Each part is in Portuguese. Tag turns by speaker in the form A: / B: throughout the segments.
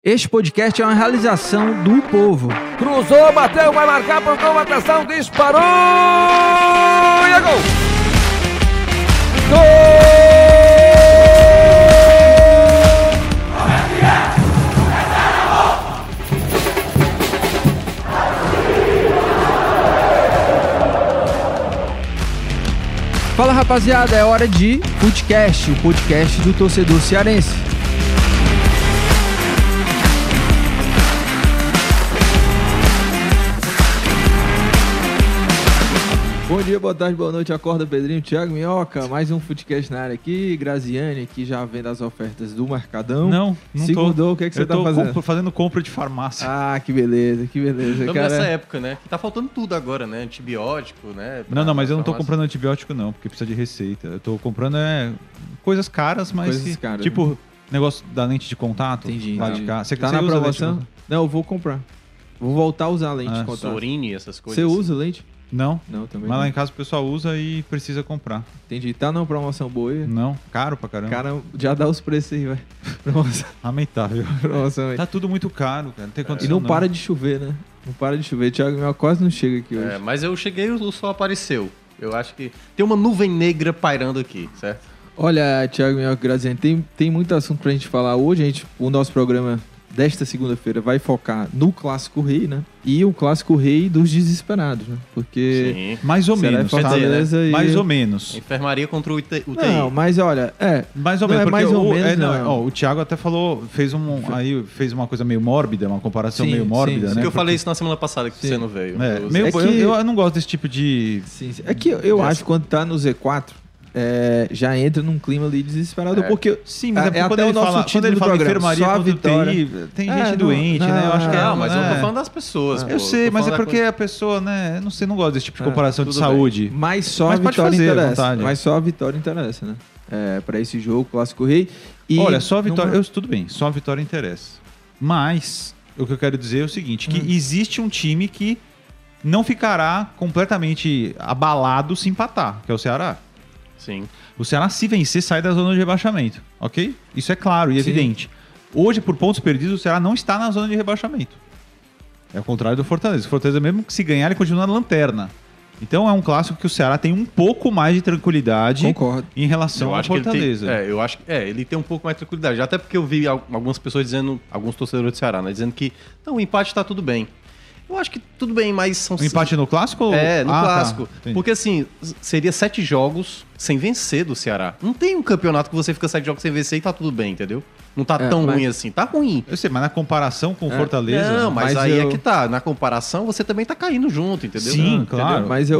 A: Este podcast é uma realização do povo.
B: Cruzou, bateu, vai marcar por gol, atenção, disparou e é gol! Gol!
A: Fala rapaziada, é hora de Futecast, o podcast do torcedor cearense. Bom dia, boa tarde, boa noite, acorda Pedrinho, Thiago Minhoca, mais um Futecast na área aqui, Graziane aqui já vendo as ofertas do Mercadão.
C: Não
A: Segundou,
C: tô.
A: O que é que você tá fazendo?
C: Fazendo compra de farmácia.
A: Ah, que beleza, que beleza.
D: Estamos
A: cara.
D: nessa época, né? Que tá faltando tudo agora, né? Antibiótico, né?
C: Não, mas eu não tô comprando antibiótico não, porque precisa de receita. Eu tô comprando coisas caras, mas
A: Coisas caras,
C: tipo,
A: né?
C: Negócio da lente de contato.
A: Entendi.
C: Lá de cá. Você
A: Tá
C: você
A: na
C: usa
A: promoção?
C: lente de
A: Não, eu vou comprar. Vou voltar a usar a lente de contato.
D: Sorine, essas coisas.
A: Você usa lente?
C: Não,
A: Não, também
C: mas
A: não.
C: lá em casa o pessoal usa e precisa comprar.
A: Entendi. Tá numa promoção boa aí?
C: Não, caro pra caramba.
A: Cara, já dá os preços aí, vai. Promoção,
C: Lamentável.
A: promoção aí.
C: Tá tudo muito caro, cara. Não tem
A: E
C: condição
A: não para de chover, né? Não para de chover. Thiago Mel quase não chega aqui hoje.
D: É, mas eu cheguei e o sol apareceu. Eu acho que tem uma nuvem negra pairando aqui, certo?
A: Olha, Thiago Mel, Graziane, tem muito assunto pra gente falar hoje. O nosso programa desta segunda-feira vai focar no Clássico Rei, né? E o Clássico Rei dos desesperados, né? Porque...
D: Sim.
C: Mais ou
A: Ceará e
C: menos, tá?
A: Fortaleza e-
C: Mais ou menos.
D: Enfermaria contra o UTI.
A: Não, mas olha,
C: Mais ou
A: Não,
C: menos,
A: é
C: porque
A: mais ou menos, não.
C: o Thiago até falou, fez uma coisa meio mórbida, uma comparação
A: Sim,
C: meio mórbida,
A: sim,
C: né?
D: que eu falei isso na semana passada que
A: Sim.
D: você não veio.
C: Eu não gosto desse tipo de...
A: Sim. É que eu acho que quando tá no Z4, já entra num clima ali desesperador, porque
C: Sim, mas
A: é
C: quando
A: até
C: ele
A: o nosso
C: fala,
A: título
C: quando ele
A: do
C: fala
A: programa,
C: enfermaria
A: só a
C: contra
A: vitória.
C: UTI, tem gente
A: não,
C: doente, né? Eu acho que
D: Não, mas eu tô
C: né?
D: falando das pessoas.
C: Eu
D: pô.
C: sei,
D: Tô
C: mas é
D: falando da
C: porque a pessoa, né? Eu não gosto desse tipo de comparação de
D: tudo bem.
C: saúde.
A: Mas só
C: Mas
A: a
C: pode
A: vitória
C: fazer, à
A: interessa.
C: vontade.
A: Mas só a vitória interessa, né? Pra esse jogo, Clássico Rei. E
C: Olha, só a vitória.
A: numa-
C: Tudo bem, só a vitória interessa. Mas o que eu quero dizer é o seguinte: que existe um time que não ficará completamente abalado se empatar, que é o Ceará.
D: Sim.
C: O Ceará, se vencer, sai da zona de rebaixamento, ok? Isso é claro e evidente. Hoje, por pontos perdidos, o Ceará não está na zona de rebaixamento. É o contrário do Fortaleza. O Fortaleza, mesmo que se ganhar, ele continua na lanterna. Então é um clássico que o Ceará tem um pouco mais de tranquilidade
A: Concordo.
C: em relação ao
D: que ele tem,
C: Fortaleza.
D: eu acho que ele tem um pouco mais de tranquilidade. Até porque eu vi algumas pessoas dizendo, alguns torcedores do Ceará, né? Dizendo que não, o empate tá tudo bem. Eu acho que tudo bem, mas são...
C: O empate no clássico? Ou...
D: É, no clássico.
C: Tá. Entendi.
D: Porque assim, seria 7 jogos sem vencer do Ceará. Não tem um campeonato que você fica 7 jogos sem vencer e tá tudo bem, entendeu? Não tá tão
A: mas-
D: ruim assim. Tá ruim.
C: Eu sei, mas na comparação com o Fortaleza...
D: Não, mas
A: mas
D: aí
A: eu-
D: é que tá. Na comparação, você também tá caindo junto, entendeu?
C: Sim,
D: Não,
C: claro.
D: entendeu?
A: Mas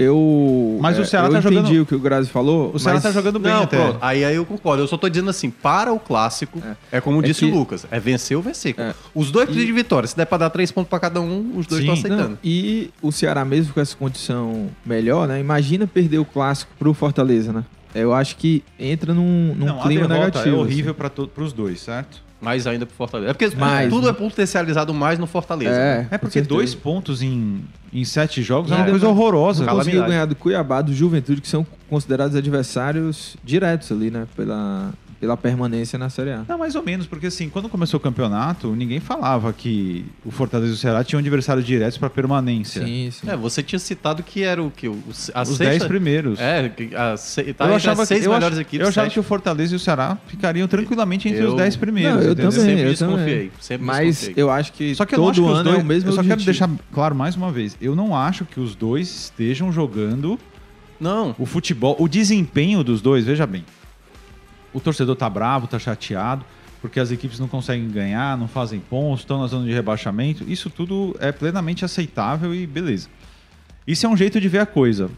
C: Mas o Ceará
A: eu
C: tá
A: entendi
C: jogando-
A: o que o Grazi falou.
C: O Ceará
A: mas-
C: tá jogando bem
D: Não,
C: até.
D: pronto. Aí eu concordo. Eu só tô dizendo assim, para o clássico, é como disse
A: que-
D: o Lucas, é vencer ou vencer.
A: É.
D: Os dois precisam de vitória. Se der pra dar 3 pontos pra cada um, os dois
C: Sim.
D: estão aceitando.
A: Não, e o Ceará mesmo com essa condição melhor, né? Imagina perder o Clássico pro Fortaleza, né? Eu acho que entra num
C: Não,
A: clima
C: a derrota
A: negativo.
C: é horrível
A: assim.
C: para os dois, certo?
D: Mais ainda pro Fortaleza. É porque
A: Mais,
D: tudo
A: né?
D: é potencializado mais no Fortaleza. né?
C: É
A: com
C: porque
A: certeza.
C: 2 pontos em 7 jogos é uma
D: É,
C: coisa horrorosa.
A: Não conseguiu
D: calamidade.
A: ganhar do Cuiabá, do Juventude, que são considerados adversários diretos ali, né? Pela permanência na Série A.
C: Não, mais ou menos, porque assim, quando começou o campeonato, ninguém falava que o Fortaleza e o Ceará tinham adversários diretos para permanência.
A: Sim, sim.
D: Você tinha citado que era o que?
C: Os 10 primeiros.
D: É, tá
C: eu
D: entre
C: achava,
D: as 6
C: eu
D: melhores
C: ach-
D: equipes.
C: eu achava
D: sete.
C: que o Fortaleza e o Ceará ficariam tranquilamente entre os
D: Eu-
C: 10 primeiros.
A: Não, eu
C: entendeu?
A: também.
D: Sempre
A: eu
D: desconfiei.
A: também.
D: Sempre
A: Mas
D: desconfiei.
A: eu acho que
C: Só que eu não acho
A: todo
C: que os
A: ano
C: dois,
A: é o mesmo
C: eu só quero
A: objetivo.
C: deixar claro mais uma vez, eu não acho que os dois estejam jogando
D: Não.
C: o futebol, o desempenho dos dois, veja bem. O torcedor tá bravo, tá chateado, porque as equipes não conseguem ganhar, não fazem pontos, estão na zona de rebaixamento. Isso tudo é plenamente aceitável e beleza. Isso é um jeito de ver a coisa.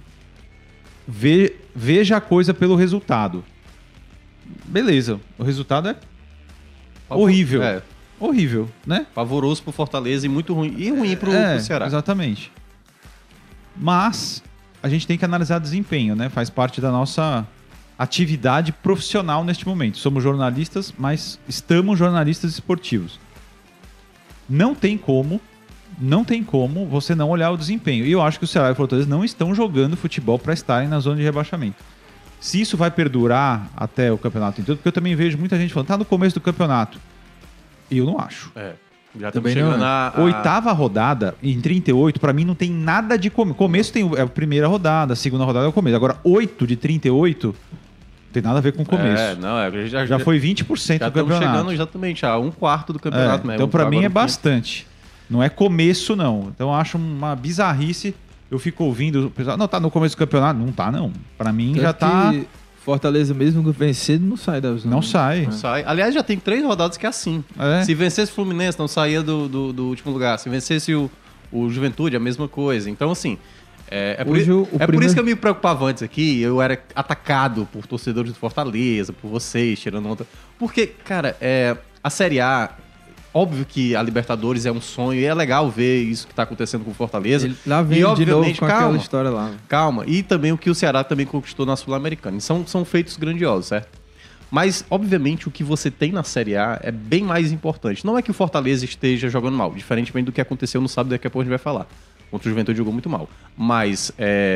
C: Veja a coisa pelo resultado. Beleza, o resultado é horrível.
D: É,
C: Horrível, né?
D: pavoroso pro Fortaleza e muito ruim. E ruim pro Ceará.
C: Exatamente. Mas a gente tem que analisar desempenho, né? Faz parte da nossa atividade profissional neste momento. Somos jornalistas, mas estamos jornalistas esportivos. Não tem como você não olhar o desempenho. E eu acho que o Ceará e o Fortaleza não estão jogando futebol para estarem na zona de rebaixamento. Se isso vai perdurar até o campeonato inteiro, porque eu também vejo muita gente falando, tá no começo do campeonato. Eu não acho.
D: Já
A: Também
D: estamos chegando
A: não,
D: a...
C: Oitava rodada, em 38, pra mim não tem nada de começo. Começo é a primeira rodada, a segunda rodada é o começo. Agora, 8 de 38 não tem nada a ver com o começo. Já foi 20% do campeonato.
D: Já estamos chegando exatamente a 1/4 do campeonato mesmo.
C: Então, pra mim, é
D: Agora,
C: bastante. Não é começo, não. Então, eu acho uma bizarrice. Eu fico ouvindo o pessoal, não, tá no começo do campeonato. Não tá, não. Pra mim,
A: Tanto
C: já tá...
A: que Fortaleza, mesmo vencendo, não sai da zona.
C: Não sai.
D: Não sai. Aliás, já tem 3 rodadas que é assim. Se vencesse o Fluminense, não saía do último lugar. Se vencesse o Juventude, a mesma coisa. Então, assim... por isso que eu me preocupava antes aqui. Eu era atacado por torcedores do Fortaleza, por vocês, tirando onda. Porque, cara, a Série A... Óbvio que a Libertadores é um sonho e é legal ver isso que está acontecendo com o Fortaleza.
A: Lá vem de novo com aquela história lá.
D: Calma. E também o que o Ceará também conquistou na Sul-Americana. São feitos grandiosos, certo? Mas, obviamente, o que você tem na Série A é bem mais importante. Não é que o Fortaleza esteja jogando mal, diferentemente do que aconteceu no sábado, daqui a pouco a gente vai falar. Contra o Juventude jogou muito mal. Mas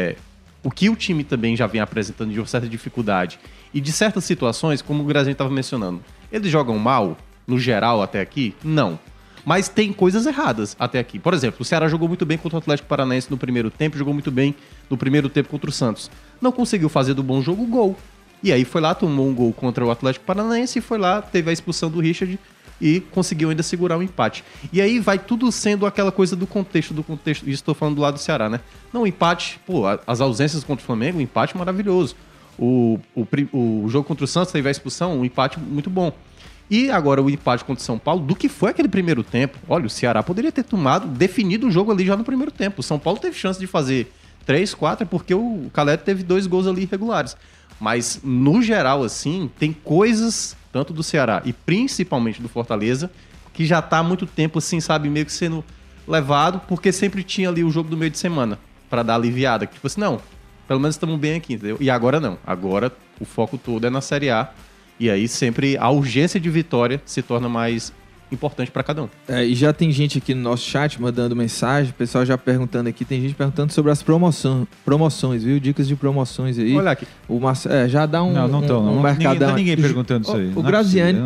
D: o que o time também já vem apresentando de uma certa dificuldade e de certas situações, como o Grazinho estava mencionando, eles jogam mal, no geral, até aqui? Não. Mas tem coisas erradas até aqui. Por exemplo, o Ceará jogou muito bem contra o Atlético Paranaense no primeiro tempo, jogou muito bem no primeiro tempo contra o Santos. Não conseguiu fazer do bom jogo o gol. E aí foi lá, tomou um gol contra o Atlético Paranaense e foi lá, teve a expulsão do Richard e conseguiu ainda segurar o empate. E aí vai tudo sendo aquela coisa do contexto. Isso estou falando do lado do Ceará, né? Não, o empate, as ausências contra o Flamengo, um empate maravilhoso. O jogo contra o Santos teve a expulsão, um empate muito bom. E agora o empate contra o São Paulo, do que foi aquele primeiro tempo. Olha, o Ceará poderia ter definido o jogo ali já no primeiro tempo. O São Paulo teve chance de fazer 3, 4, porque o Calero teve 2 gols ali irregulares. Mas, no geral, assim, tem coisas, tanto do Ceará e principalmente do Fortaleza, que já tá há muito tempo, assim, sabe, meio que sendo levado, porque sempre tinha ali o jogo do meio de semana, pra dar aliviada. Tipo assim, não, pelo menos estamos bem aqui, entendeu? E agora não. Agora o foco todo é na Série A. E aí sempre a urgência de vitória se torna mais importante para cada um.
A: E já tem gente aqui no nosso chat mandando mensagem, o pessoal já perguntando aqui, tem gente perguntando sobre as promoções, viu? Dicas de promoções aí.
D: Olha aqui.
A: Já dá um
C: Não
A: mercadão.
C: tá ninguém perguntando isso aí.
A: O Graziani,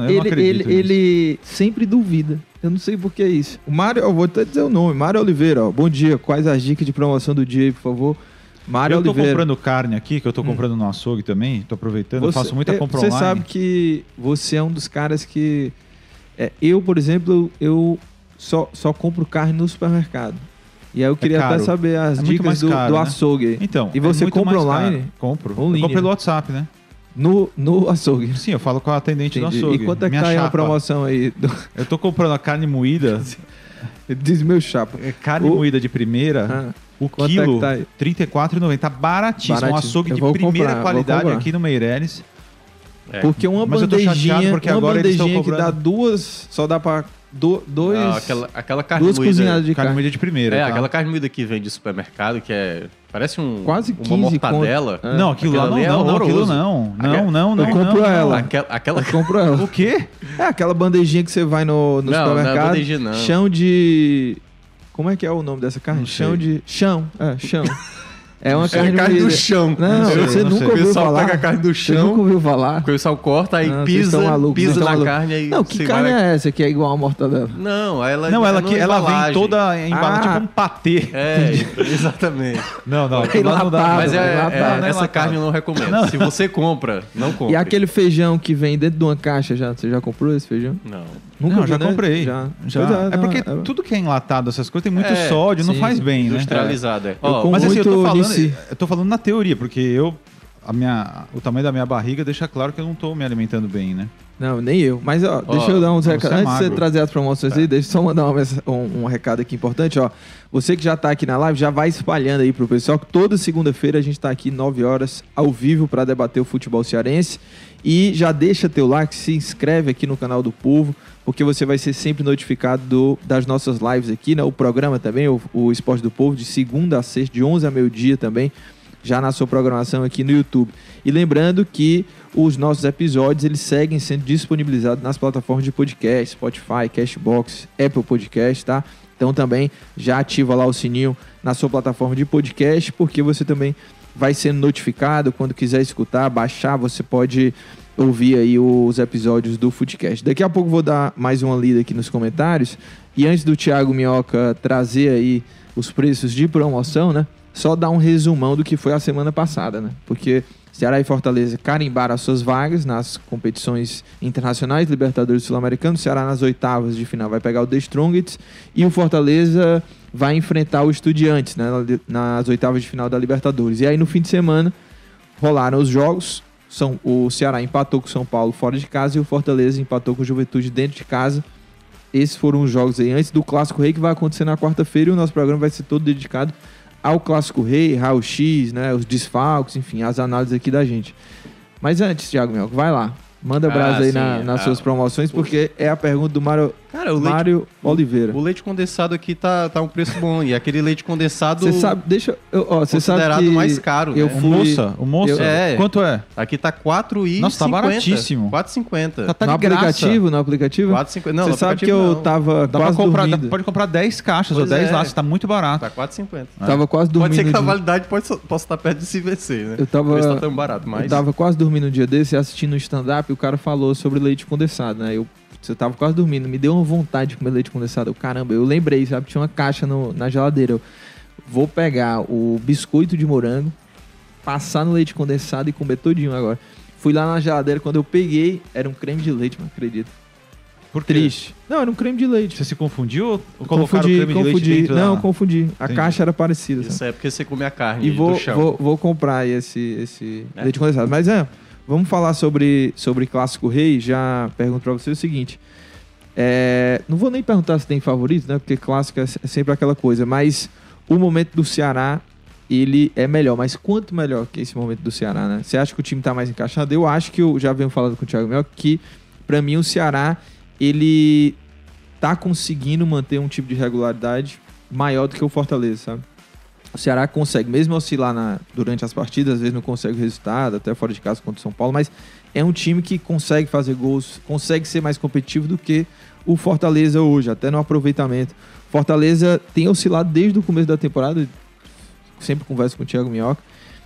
A: ele sempre duvida. Eu não sei por que é isso. O Mário, eu vou até dizer o nome, Mário Oliveira, ó. Bom dia, quais as dicas de promoção do dia aí, por favor?
C: Eu tô comprando carne aqui, que eu tô comprando no açougue também, tô aproveitando, eu faço muita compra online.
A: Você sabe que você é um dos caras que... eu, por exemplo, eu só compro carne no supermercado. E aí eu queria até saber as dicas do açougue aí.
C: Então,
A: e você compra online?
C: Compro.
A: Online,
C: eu compro pelo WhatsApp, né?
A: No açougue?
C: Sim, eu falo com a atendente do açougue.
A: E quanto é que tá aí a promoção aí?
C: Eu tô comprando a carne moída.
A: Diz meu chapa.
C: Carne moída de primeira... O quilo,
A: tá
C: R$34,90. Tá baratíssimo. Um açougue de primeira qualidade aqui no Meireles.
A: Porque uma bandejinha, porque agora que dá 2, só dá pra
D: aquela carne
A: duas
D: moída,
A: cozinhadas de
C: carne moída de primeira.
D: Tá? Aquela carne moída que vem de supermercado, que parece
A: quase 15
D: uma mortadela.
C: Não, aquilo lá não, aquilo não. Não.
A: Eu compro ela.
D: Eu
A: compro ela.
C: O quê?
A: Aquela bandejinha que você vai no supermercado.
D: Não, bandejinha não.
A: Chão de... Como é que é o nome dessa carne? Chão. Chão. É uma carne
D: do chão.
A: Não, você nunca ouviu falar. O pessoal
D: pega a carne do chão.
A: Você nunca ouviu falar.
D: O pessoal corta, aí pisa na carne. Aí
A: não, que carne é essa que é igual a mortadela?
D: Não, ela
C: vem toda embalada, tipo um patê.
D: Exatamente.
C: Não dá.
D: Mas essa carne eu não recomendo. Não. Se você compra, não compre.
A: E aquele feijão que vem dentro de uma caixa, você já comprou esse feijão?
D: Não.
C: Nunca já comprei.
A: Já.
C: É porque tudo que é enlatado, essas coisas, tem muito sódio, não faz bem, né?
D: Industrializado,
C: Mas assim, eu tô falando na teoria, porque o tamanho da minha barriga deixa claro que eu não tô me alimentando bem, né?
A: Não, nem eu. Mas, deixa eu dar uns recados. Antes de você trazer as promoções aí, deixa eu só mandar um recado aqui importante, ó. Você que já tá aqui na live, já vai espalhando aí pro pessoal que toda segunda-feira a gente tá aqui 9 horas ao vivo para debater o futebol cearense. E já deixa teu like, se inscreve aqui no canal do Povo, porque você vai ser sempre notificado das nossas lives aqui, né? O programa também, o Esporte do Povo, de segunda a sexta, de 11 a meio-dia também, já na sua programação aqui no YouTube. E lembrando que os nossos episódios, eles seguem sendo disponibilizados nas plataformas de podcast, Spotify, Cashbox, Apple Podcast, tá? Então também já ativa lá o sininho na sua plataforma de podcast, porque você também vai sendo notificado quando quiser escutar, baixar, você pode ouvir aí os episódios do Footcast. Daqui a pouco vou dar mais uma lida aqui nos comentários. E antes do Thiago Minhoca trazer aí os preços de promoção, né? Só dar um resumão do que foi a semana passada, né? Porque Ceará e Fortaleza carimbaram as suas vagas nas competições internacionais, Libertadores Sul-Americano. Ceará nas oitavas de final vai pegar o The Strongest e o Fortaleza vai enfrentar o Estudiantes, né? Nas oitavas de final da Libertadores. E aí no fim de semana rolaram os jogos. O Ceará empatou com o São Paulo fora de casa e o Fortaleza empatou com o Juventude dentro de casa. Esses foram os jogos aí antes do Clássico Rei, que vai acontecer na quarta-feira, e o nosso programa vai ser todo dedicado ao Clássico Rei, raio-x, né, os desfalques, enfim, as análises aqui da gente. Mas antes, Thiago Minhoca, vai lá. Manda brasa aí nas suas promoções, porque é a pergunta do Mário Oliveira.
D: O leite condensado aqui tá um preço bom. E aquele leite condensado...
A: Você sabe, você sabe
D: considerado
A: que
D: mais caro,
A: eu
D: né?
A: fui...
C: O moça? Quanto é?
D: Aqui tá 4,50.
C: Nossa, tá baratíssimo.
D: 4,50.
C: Tá
A: no
C: de graça.
A: aplicativo?
D: 4,50. Não,
A: você
D: no
A: sabe que
D: aplicativo
A: eu
D: não.
A: tava quase dormindo.
C: Pode comprar 10 caixas
D: Pois
C: ou 10
D: é.
C: laços, tá muito barato.
D: Tá 4,50.
A: Tava quase dormindo.
D: Pode ser que a
A: de-
D: validade possa estar perto de se vencer, né?
A: Eu tava-
D: Por isso tá tão barato, mas...
A: Eu tava quase dormindo um dia desse, assistindo um stand-up, e o cara falou sobre leite condensado, né? Você tava quase dormindo, me deu uma vontade de comer leite condensado. Caramba, eu lembrei, sabe? Tinha uma caixa na geladeira. Eu vou pegar o biscoito de morango, passar no leite condensado e comer todinho agora. Fui lá na geladeira, quando eu peguei, era um creme de leite, mano, acredita?
C: Por quê?
A: Triste. Não, era um creme de leite.
C: Você se confundiu ou colocaram o creme de leite dentro
A: Não,
C: da...
A: confundi. A
C: Entendi.
A: caixa era parecida.
D: Isso
A: sabe?
D: é porque você come a carne
A: E
D: do chão.
A: vou comprar aí esse leite condensado. Mas vamos falar sobre Clássico Rei. Já pergunto pra você o seguinte. Não vou nem perguntar se tem favorito, né? Porque clássico é sempre aquela coisa. Mas o momento do Ceará, ele é melhor. Mas quanto melhor que esse momento do Ceará, né? Você acha que o time tá mais encaixado? Eu acho que eu já venho falando com o Thiago Mel que, pra mim, o Ceará, ele tá conseguindo manter um tipo de regularidade maior do que o Fortaleza, sabe? O Ceará consegue, mesmo oscilar durante as partidas, às vezes não consegue o resultado, até fora de casa contra o São Paulo, mas é um time que consegue fazer gols, consegue ser mais competitivo do que o Fortaleza hoje, até no aproveitamento. Fortaleza tem oscilado desde o começo da temporada, sempre converso com o Thiago Minhoca,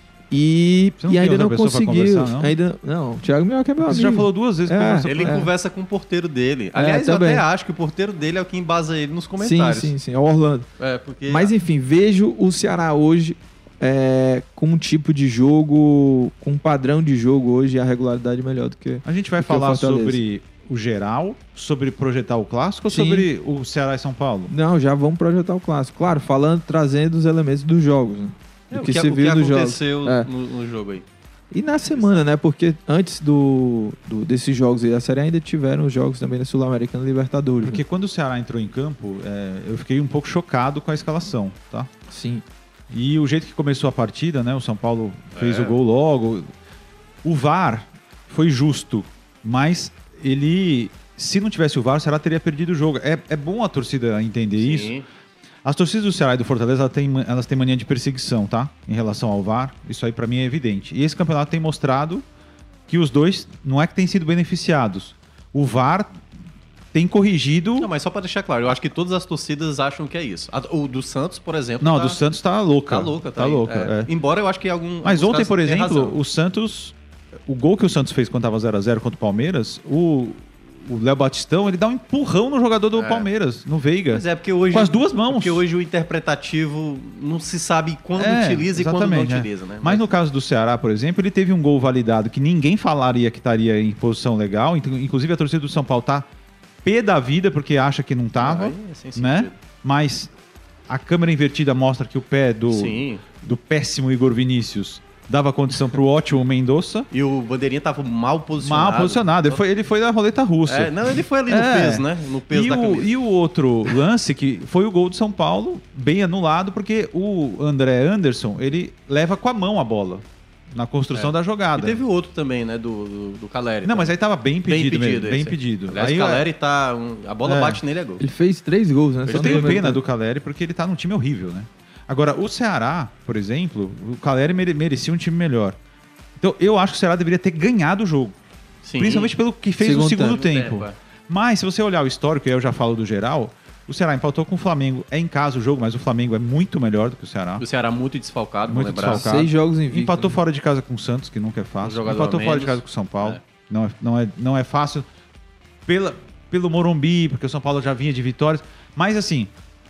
A: e ainda não conseguiu. Não, o Thiago Minhoca é meu amigo.
C: Você já falou 2 vezes que conversa
D: Ele
C: com ele.
D: conversa com o porteiro dele. Aliás, eu
A: também.
D: até acho que o porteiro dele é o que embasa ele nos comentários.
A: Sim, é o Orlando.
D: Porque...
A: Mas enfim, vejo o Ceará hoje com um tipo de jogo, com um padrão de jogo hoje e a regularidade melhor do que...
C: A gente vai
A: do que o
C: falar
A: Fortaleza.
C: sobre o geral, sobre projetar o clássico ou
A: Sim.
C: sobre o Ceará e São Paulo?
A: Não, já vamos projetar o clássico. Claro, trazendo os elementos dos jogos, né?
D: o que aconteceu no jogo aí.
A: E na semana, né? Porque antes desses jogos aí da Série A ainda tiveram os jogos também na Sul-Americana e Libertadores.
C: Porque
A: né?
C: quando o Ceará entrou em campo, eu fiquei um pouco chocado com a escalação, tá?
A: Sim.
C: E o jeito que começou a partida, né? O São Paulo fez o gol logo. O VAR foi justo, mas ele... Se não tivesse o VAR, o Ceará teria perdido o jogo. É bom a torcida entender isso. As torcidas do Ceará e do Fortaleza, elas têm mania de perseguição, tá? Em relação ao VAR. Isso aí pra mim é evidente. E esse campeonato tem mostrado que os dois não é que têm sido beneficiados. O VAR tem corrigido...
D: Não, mas só pra deixar claro, eu acho que todas as torcidas acham que é isso. O do Santos, por exemplo...
C: Não, do Santos tá louca.
D: Tá louca. Embora eu acho que
C: Mas ontem, por
D: tem
C: exemplo,
D: razão.
C: o Santos... O gol que o Santos fez quando tava 0x0 contra o Palmeiras, o Léo Batistão, ele dá um empurrão no jogador do Palmeiras, no Veiga.
D: Mas porque hoje...
C: Com as duas mãos.
D: Porque hoje o interpretativo não se sabe quando utiliza e quando não utiliza, né?
C: Mas no caso do Ceará, por exemplo, ele teve um gol validado que ninguém falaria que estaria em posição legal. Inclusive a torcida do São Paulo tá pé da vida porque acha que não tava, né? Mas a câmera invertida mostra que o pé do péssimo Igor Vinícius dava condição pro ótimo Mendonça.
D: E o Bandeirinha tava mal posicionado.
C: Mal posicionado. Ele foi da roleta russa.
D: Ele foi ali no peso, né? No peso da camisa.
C: E o outro lance, que foi o gol do São Paulo, bem anulado, porque o André Anderson, ele leva com a mão a bola na construção da jogada.
D: E teve o outro também, né? Do Caleri.
C: Não, mas aí tava bem impedido mesmo. Bem
D: esse.
C: impedido.
D: Aliás,
C: Aí
D: o Caleri a bola bate nele, é gol.
A: Ele fez 3 gols, né?
C: Eu tenho pena do Caleri porque ele tá num time horrível, né? Agora, o Ceará, por exemplo, o Caleri merecia um time melhor. Então, eu acho que o Ceará deveria ter ganhado o jogo. Sim. Principalmente pelo que fez no segundo tempo. Mas, se você olhar o histórico, e aí eu já falo do geral, o Ceará empatou com o Flamengo. É em casa o jogo, mas o Flamengo é muito melhor do que o Ceará.
D: O Ceará muito desfalcado,
C: muito
D: lembrar.
C: desfalcado.
A: 6 jogos invictos.
C: Empatou fora de casa com o Santos, que nunca é fácil. Empatou fora de casa com o São Paulo. Não é fácil pelo Morumbi, porque o São Paulo já vinha de vitórias. Mas, assim,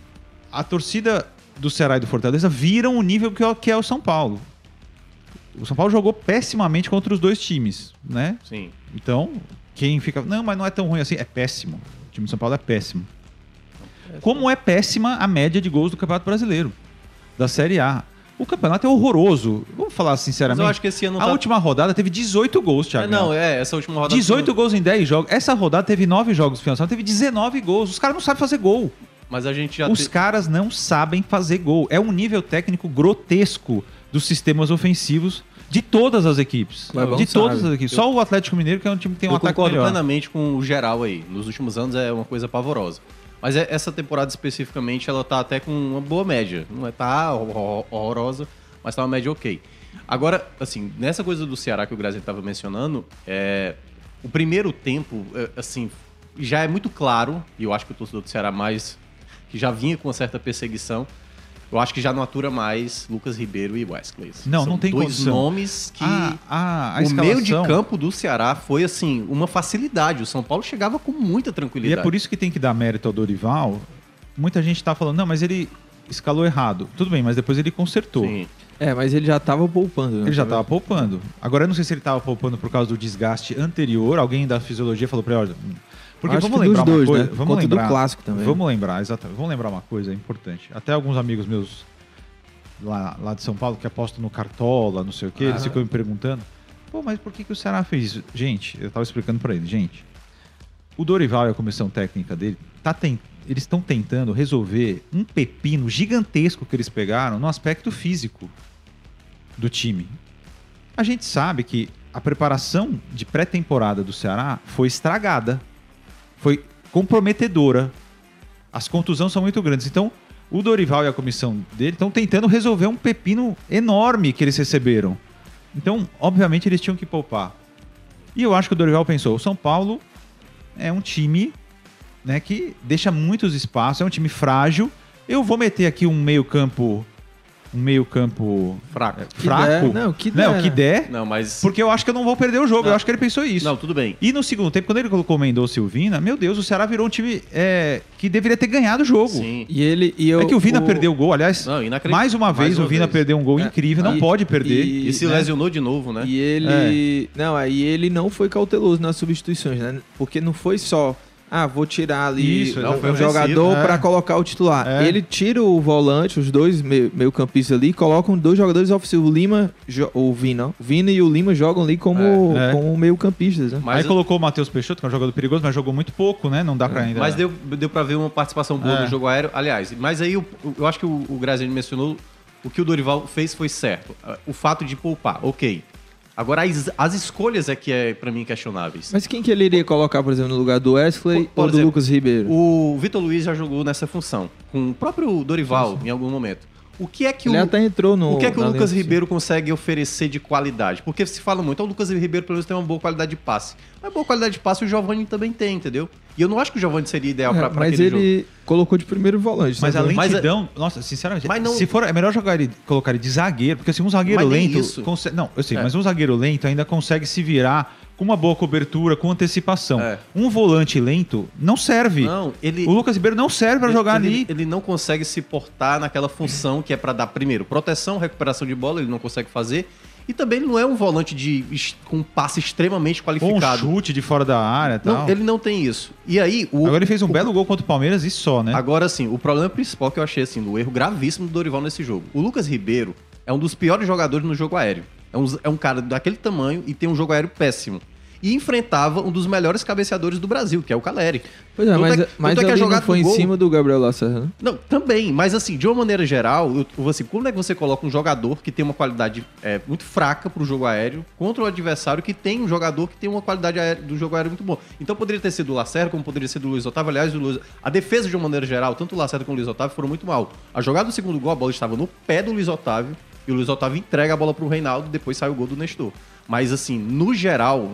C: a torcida do Ceará e do Fortaleza viram o nível que é o São Paulo. O São Paulo jogou pessimamente contra os dois times, né?
D: Sim.
C: Então, quem fica... Não, mas não é tão ruim assim. É péssimo. O time do São Paulo é péssimo. Como é péssima a média de gols do Campeonato Brasileiro, da Série A. O campeonato é horroroso. Vamos falar sinceramente.
D: Mas eu acho que esse ano
C: a última rodada teve 18 gols, Thiago.
D: Essa última rodada...
C: 18 gols em 10 jogos. Essa rodada teve 9 jogos no final de semana, teve 19 gols. Os caras não sabem fazer gol.
D: Mas a gente já...
C: Os caras não sabem fazer gol. É um nível técnico grotesco dos sistemas ofensivos de todas as equipes. De todas as equipes. Só o Atlético Mineiro, que é um time que tem um ataque melhor.
D: Eu concordo plenamente com o geral aí. Nos últimos anos é uma coisa pavorosa. Mas essa temporada especificamente, ela tá até com uma boa média. Não é tá horrorosa, mas tá uma média ok. Agora, assim, nessa coisa do Ceará que o Grazi estava mencionando, o primeiro tempo, assim, já é muito claro, e eu acho que o torcedor do Ceará que já vinha com uma certa perseguição, eu acho que já não atura mais Lucas Ribeiro e Wesley.
C: Não tem
D: dois
C: condição.
D: Nomes que
C: a
D: o
C: escalação...
D: meio de campo do Ceará foi, assim, uma facilidade. O São Paulo chegava com muita tranquilidade.
C: E é por isso que tem que dar mérito ao Dorival. Muita gente tá falando, não, mas ele escalou errado. Tudo bem, mas depois ele consertou.
D: Sim.
A: Mas ele já tava poupando. Né?
C: Ele já tava poupando. Agora, eu não sei se ele tava poupando por causa do desgaste anterior. Alguém da fisiologia falou pra ele, olha... Porque
A: acho
C: vamos
A: que
C: lembrar
A: dos dois,
C: uma coisa,
A: né?
C: vamos lembrar
A: do clássico também.
C: Vamos lembrar, exatamente. Vamos lembrar uma coisa importante. Até alguns amigos meus lá de São Paulo que apostam no Cartola, não sei o quê, eles ficam me perguntando: pô, mas por que o Ceará fez isso? Gente, eu tava explicando pra eles, gente. O Dorival e a comissão técnica dele eles estão tentando resolver um pepino gigantesco que eles pegaram no aspecto físico do time. A gente sabe que a preparação de pré-temporada do Ceará foi estragada. Foi comprometedora. As contusões são muito grandes. Então, o Dorival e a comissão dele estão tentando resolver um pepino enorme que eles receberam. Então, obviamente, eles tinham que poupar. E eu acho que o Dorival pensou, o São Paulo é um time, né, que deixa muitos espaços, é um time frágil. Eu vou meter aqui um meio-campo fraco.
A: O que der.
D: Não, mas...
C: Porque eu acho que eu não vou perder o jogo. Eu acho que ele pensou isso.
D: Não, tudo bem.
C: E no segundo tempo, quando ele colocou Mendonça e o Vina, meu Deus, o Ceará virou um time que deveria ter ganhado o jogo.
D: Sim.
C: É que o Vina perdeu o gol. Aliás, mais uma vez o Vina perdeu um gol incrível. Não pode perder.
D: E se lesionou de novo, né?
A: E ele... Aí ele não foi cauteloso nas substituições, né? Porque não foi só... vou tirar ali um jogador para colocar o titular. Ele tira o volante, os dois meio-campistas ali, colocam 2 jogadores ofensivos. O Vina e o Lima jogam ali como meio-campistas. Né?
C: Aí colocou o Matheus Peixoto, que é um jogador perigoso, mas jogou muito pouco, né? Não dá pra ainda...
D: Mas deu pra ver uma participação boa no jogo aéreo. Aliás, mas aí eu acho que o Graziani mencionou, o que o Dorival fez foi certo. O fato de poupar, ok. Agora, as escolhas é que pra mim, questionáveis.
A: Mas quem que ele iria colocar, por exemplo, no lugar do Wesley ou do Lucas Ribeiro?
D: O Vitor Luiz já jogou nessa função, com o próprio Dorival, em algum momento. O que é que
A: ele até entrou no...
D: O que é que o Lucas Ribeiro consegue oferecer de qualidade? Porque se fala muito, o Lucas Ribeiro, pelo menos, tem uma boa qualidade de passe. Mas boa qualidade de passe o Giovani também tem, entendeu? E eu não acho que o Giovani seria ideal pra aquele jogo.
A: Mas ele colocou de primeiro volante.
C: Mas a lentidão... Nossa, sinceramente, se for, é melhor colocar ele de zagueiro, porque assim, um zagueiro lento... Não, eu sei, mas um zagueiro lento ainda consegue se virar com uma boa cobertura, com antecipação. Um volante lento não serve. O Lucas Ribeiro não serve para jogar ali.
D: Ele não consegue se portar naquela função que é para dar, primeiro, proteção, recuperação de bola, ele não consegue fazer. E também ele não é um volante com um passe extremamente qualificado.
C: Ou um chute de fora da área e tal.
D: Não, ele não tem isso. E aí...
C: Agora ele fez um belo gol contra o Palmeiras e só, né?
D: Agora, assim, o problema principal que eu achei, assim, do erro gravíssimo do Dorival nesse jogo. O Lucas Ribeiro é um dos piores jogadores no jogo aéreo. É um cara daquele tamanho e tem um jogo aéreo péssimo. E enfrentava um dos melhores cabeceadores do Brasil, que é o Caleri.
A: Pois é, mas ali não foi em cima do Gabriel Lacerda, né?
D: Não, também. Mas assim, de uma maneira geral, como é que você coloca um jogador que tem uma qualidade muito fraca pro jogo aéreo contra o adversário que tem um jogador que tem uma qualidade do jogo aéreo muito boa? Então poderia ter sido o Lacerda, como poderia ser do Luiz Otávio. Aliás, a defesa, de uma maneira geral, tanto o Lacerda como o Luiz Otávio foram muito mal. A jogada do segundo gol, a bola estava no pé do Luiz Otávio e o Luiz Otávio entrega a bola pro Reinaldo e depois sai o gol do Nestor. Mas assim, no geral,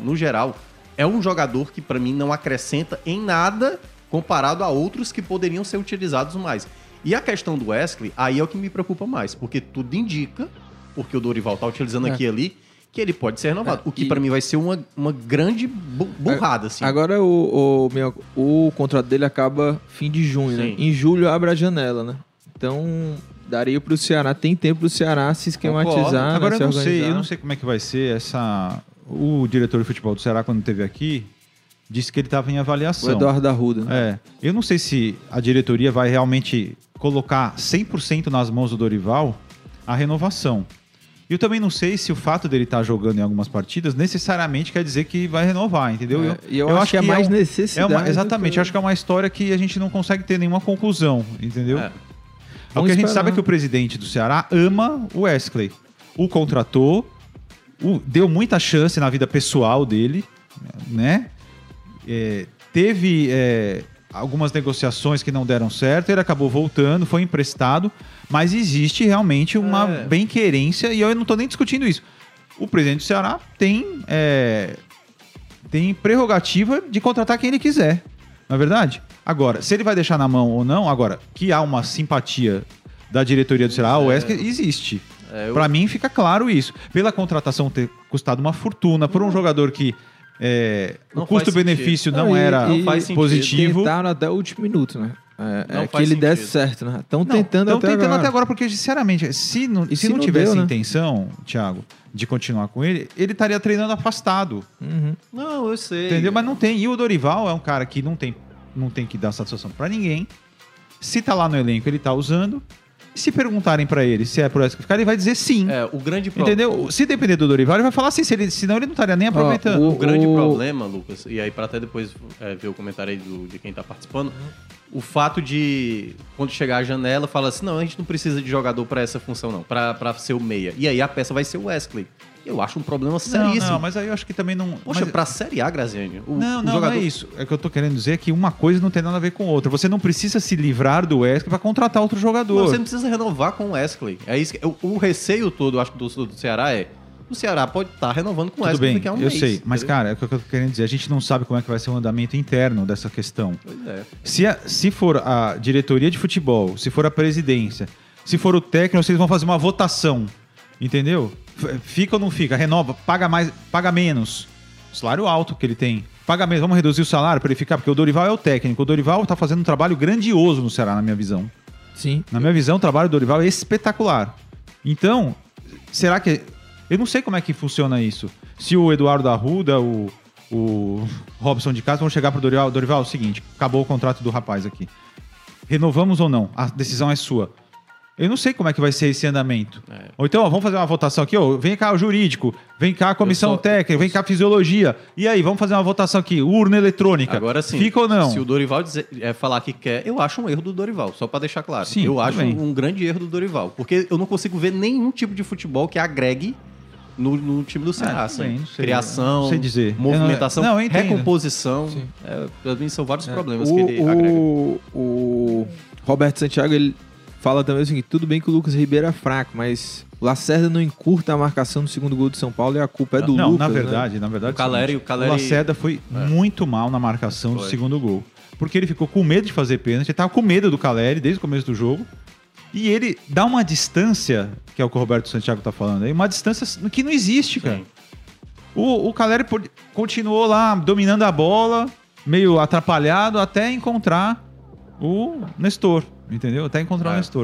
D: é um jogador que, pra mim, não acrescenta em nada comparado a outros que poderiam ser utilizados mais. E a questão do Wesley, aí é o que me preocupa mais, porque tudo indica, porque o Dorival tá utilizando aqui e ali, que ele pode ser renovado. O que pra mim vai ser uma grande burrada, assim.
A: Agora o contrato dele acaba fim de junho, né? Em julho abre a janela, né? Então daria pro Ceará, tem tempo pro Ceará se esquematizar.
C: Agora
A: né?
C: eu não sei como é que vai ser essa... O diretor de futebol do Ceará, quando esteve aqui, disse que ele estava em avaliação.
A: O Eduardo Arruda. Né?
C: Eu não sei se a diretoria vai realmente colocar 100% nas mãos do Dorival a renovação. E eu também não sei se o fato dele estar jogando em algumas partidas necessariamente quer dizer que vai renovar, entendeu?
A: E eu acho que é mais necessidade.
C: Exatamente, eu acho que é uma história que a gente não consegue ter nenhuma conclusão, entendeu? O que a gente sabe é que o presidente do Ceará ama o Wesley. O contratou, deu muita chance na vida pessoal dele, né? Teve algumas negociações que não deram certo, ele acabou voltando, foi emprestado, mas existe realmente uma bem-querência, e eu não estou nem discutindo isso. O presidente do Ceará tem prerrogativa de contratar quem ele quiser, não é verdade? Agora, se ele vai deixar na mão ou não, agora, que há uma simpatia da diretoria do Ceará, o Wesley existe. Para mim fica claro isso. Pela contratação ter custado uma fortuna, por um jogador que o custo-benefício não era positivo.
A: Tentaram até o último minuto, né? Que ele desse certo, né? Estão tentando
C: até agora, porque, sinceramente, se não tivesse intenção, Thiago, de continuar com ele estaria treinando afastado.
D: Uhum. Não, eu sei.
C: Entendeu? Mas não tem. E o Dorival é um cara que não tem que dar satisfação pra ninguém. Se tá lá no elenco, ele tá usando. E se perguntarem pra ele se é por essa que ficar, ele vai dizer sim.
D: O grande problema...
C: Entendeu? Se depender do Dorival, ele vai falar sim. Senão ele não estaria nem aproveitando.
D: O grande problema, Lucas, e aí pra até depois ver o comentário aí de quem tá participando, o fato de, quando chegar a janela, fala assim, não, a gente não precisa de jogador pra essa função, não, pra ser o meia. E aí a peça vai ser o Wesley. Eu acho um problema seríssimo.
C: Não, mas aí eu acho que também não...
D: Poxa, pra Série A, Graziani...
C: Não é isso. É que eu tô querendo dizer que uma coisa não tem nada a ver com outra. Você não precisa se livrar do Wesley pra contratar outro jogador.
D: Não, você não precisa renovar com o Wesley. É isso o receio todo, eu acho, do Ceará o Ceará pode estar renovando com o Wesley daqui a um mês.
C: Eu sei, mas, cara, é o que eu tô querendo dizer. A gente não sabe como é que vai ser o andamento interno dessa questão.
D: Pois é.
C: Se for a diretoria de futebol, se for a presidência, se for o técnico, vocês vão fazer uma votação, entendeu? Fica ou não fica? Renova, paga mais, paga menos. Salário alto que ele tem. Paga menos, vamos reduzir o salário para ele ficar, porque o Dorival é o técnico. O Dorival tá fazendo um trabalho grandioso no Ceará, na minha visão.
A: Sim.
C: Na minha visão, o trabalho do Dorival é espetacular. Então, será que... Eu não sei como é que funciona isso. Se o Eduardo Arruda, o Robson de Castro vão chegar pro Dorival. Dorival, é o seguinte, acabou o contrato do rapaz aqui. Renovamos ou não? A decisão é sua. Eu não sei como é que vai ser esse andamento. Ou então, vamos fazer uma votação aqui, vem cá o jurídico, vem cá a comissão técnica, vem cá a fisiologia. E aí, vamos fazer uma votação aqui, urna eletrônica.
D: Agora sim.
C: Fica ou não?
D: Se o Dorival falar que quer, eu acho um erro do Dorival, só pra deixar claro.
C: Sim,
D: eu acho um grande erro do Dorival, porque eu não consigo ver nenhum tipo de futebol que agregue no time do Ceará. Assim. Criação,
C: não sei dizer.
D: Movimentação,
C: eu
D: recomposição. Pra mim são vários problemas que ele agrega.
A: O Roberto Santiago, ele fala também o seguinte, tudo bem que o Lucas Ribeiro é fraco, mas o Lacerda não encurta a marcação do segundo gol do São Paulo e a culpa é do Lucas.
C: Na verdade,
D: o Caleri...
C: O Lacerda foi muito mal na marcação do segundo gol. Porque ele ficou com medo de fazer pênalti, ele tava com medo do Caleri desde o começo do jogo. E ele dá uma distância, que é o que o Roberto Santiago tá falando aí, uma distância que não existe, cara. O Caleri continuou lá dominando a bola, meio atrapalhado, até encontrar o Nestor, entendeu? Até encontrar o Nestor.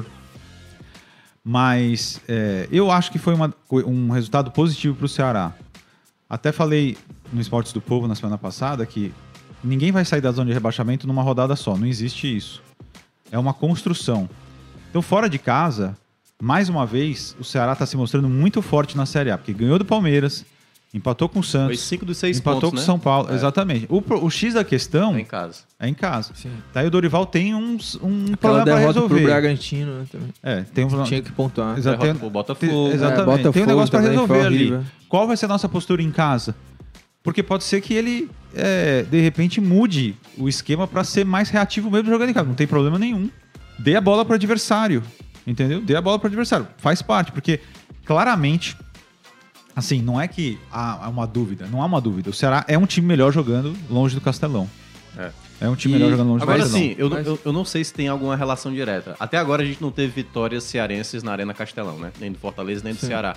C: Mas eu acho que foi um resultado positivo pro Ceará. Até falei no Esportes do Povo na semana passada que ninguém vai sair da zona de rebaixamento numa rodada só, não existe isso. É uma construção. Então, fora de casa, mais uma vez, o Ceará está se mostrando muito forte na Série A, porque ganhou do Palmeiras, empatou com o Santos.
D: Foi 5 dos 6
C: empatou
D: pontos,
C: com o
D: né?
C: São Paulo, exatamente. O X da questão...
D: É em casa.
C: É em casa.
A: Sim.
C: Daí o Dorival tem um
A: Aquela
C: problema para resolver.
A: Pro Bragantino, né, também.
C: Tem um...
A: Tinha que pontuar.
C: Exatamente.
D: Pro Botafogo.
C: Exatamente.
A: Botafogo
C: tem um negócio para resolver ali.
A: Horrível.
C: Qual vai ser a nossa postura em casa? Porque pode ser que ele, de repente, mude o esquema para ser mais reativo mesmo jogando em casa. Não tem problema nenhum. Dê a bola para o adversário. Entendeu? Dê a bola para o adversário. Faz parte, porque claramente, assim, não é que há uma dúvida. Não há uma dúvida. O Ceará é um time melhor jogando longe do Castelão. É um time melhor jogando longe do Castelão.
D: Agora sim, eu não sei se tem alguma relação direta. Até agora a gente não teve vitórias cearenses na Arena Castelão, né? Nem do Fortaleza, nem do Ceará.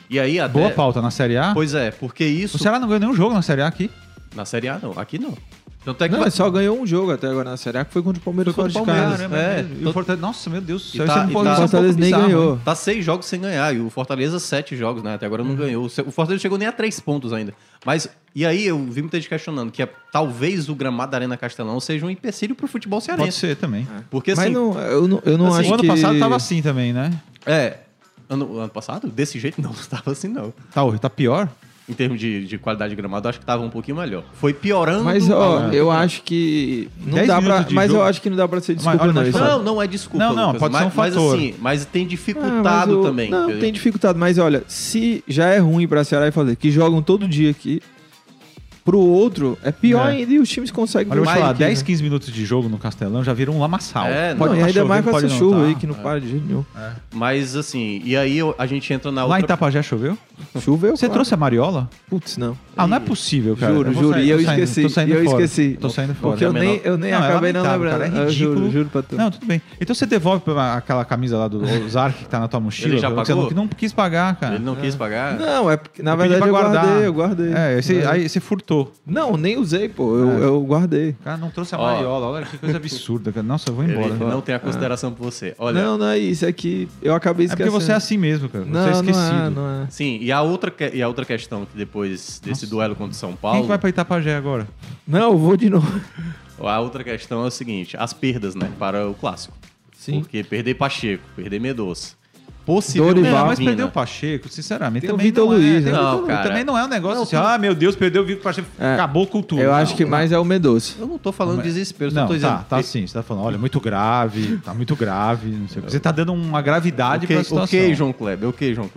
D: E aí até...
C: Boa pauta na Série A.
D: Pois é, porque isso...
C: O Ceará não ganhou nenhum jogo na Série A aqui.
D: Na Série A não, aqui não. Tanto é que
A: Não, ele só ganhou um jogo até agora na Série A, que foi contra o Palmeiras
D: Foi
A: fora
D: contra
A: de
D: o
A: casa.
D: Palmeiras.
C: E o Fortaleza... Nossa, meu Deus do céu.
D: E tá-
C: isso é um
D: e
C: pouco-
D: tá-
C: isso é um
A: Fortaleza
C: pouco
A: nem
C: bizarro,
A: ganhou.
C: né?
D: Tá 6 jogos sem ganhar, e o Fortaleza 7 jogos, né? Até agora não ganhou. O Fortaleza chegou nem a 3 pontos ainda. Mas, e aí eu vi muita gente questionando que talvez o gramado da Arena Castelão seja um empecilho pro futebol
C: Pode
D: cearense.
C: ser também.
D: Porque assim...
A: Mas não, eu não
D: assim,
A: acho
C: O ano
A: que...
C: passado tava assim também, né?
D: Ano passado? Desse jeito não, tava assim não.
C: Tá pior?
D: Em termos de qualidade de gramado, eu acho que tava um pouquinho melhor. Foi piorando...
A: Mas,
D: ao
A: ó,
D: longo do
A: eu
D: campeonato.
A: acho que... Não
C: 10
A: dá pra,
C: minutos de
A: mas eu
C: jogo.
A: acho que não dá pra ser
C: Mas,
A: desculpa,
C: olha,
A: não.
C: mas
A: isso
C: fala-
A: aí.
D: Não é desculpa,
C: Não,
D: Lucas,
C: pode ser um fator.
D: Mas tem dificultado
A: mas
D: também.
A: Não,
D: entendeu?
A: tem dificultado. Mas olha, se já é ruim pra Ceará e fazer, que jogam todo dia aqui, pro outro é pior
C: É.
A: ainda e os times conseguem
C: Olha, eu vou te
A: ganhar
C: falar,
A: aqui,
C: 10,
A: né?
C: 15 minutos de jogo no Castelão já viram um lamaçal.
D: É,
A: Não,
D: não,
A: e
C: tá
A: ainda mais
C: chovendo,
A: com essa
C: pode não
A: chuva
C: tá.
A: aí que não para de jeito nenhum.
D: Mas assim, e aí a gente entra na
C: Lá em
D: outra...
C: Itapajé choveu?
A: Choveu,
C: Você
A: claro.
C: trouxe a Mariola?
A: Putz, não.
C: Ah, não é possível, cara.
A: Juro,
C: vou
A: juro.
C: sair-
A: E eu
C: tô saindo-
A: esqueci.
C: Tô saindo
A: E eu
C: fora.
A: esqueci.
C: Tô saindo fora.
A: Porque eu nem
C: Não, é
A: acabei não
C: lamentável,
A: lembrando.
C: cara, é ridículo.
A: Juro pra tu.
C: Não, tudo bem. Então você devolve aquela camisa lá do Ozark que tá na tua mochila?
D: Ele já
C: que você
D: pagou?
C: não quis pagar, cara.
D: Ele não quis pagar?
A: Não, é porque, na
C: Eu pedi
A: verdade,
C: pra guardar.
A: eu guardei.
C: É, aí você furtou.
A: Não, nem usei, pô. Eu guardei.
C: O cara não trouxe a
D: Ó.
C: Mariola. Olha que coisa absurda, cara. Nossa, eu vou
D: Ele
C: embora.
D: não tem a consideração por você. Olha,
A: Não é isso. É que eu acabei
C: É porque
A: esquecendo.
C: você é assim mesmo, cara. Você
A: Não,
C: é esquecido.
A: não é.
D: sim, e a outra questão que depois desse duelo contra o São
C: Quem
D: Paulo,
C: que vai pra Itapajé agora?
A: Não, eu vou de novo.
D: a outra questão é o seguinte, as perdas, né, para o clássico.
A: Sim.
D: Porque perder Pacheco, perder Medoça, possivelmente
A: Dorival.
C: Não, mas
D: Vina.
C: perdeu o Pacheco, sinceramente.
A: Tem o
C: Também
A: Vitor
C: não
A: Luiz,
C: é,
A: né?
D: Não, cara.
C: Também não é um negócio assim, meu Deus, perdeu o Vitor Pacheco,
A: É.
C: acabou com tudo.
A: Eu
C: Não,
A: acho que mais é o Medoça.
D: Eu não tô falando de desespero, só
C: Não,
D: tô dizendo...
C: tá sim. Você tá falando, olha, muito grave, tá muito grave, não sei o que. Você tá dando uma gravidade pra situação.
D: Ok, João Kleber.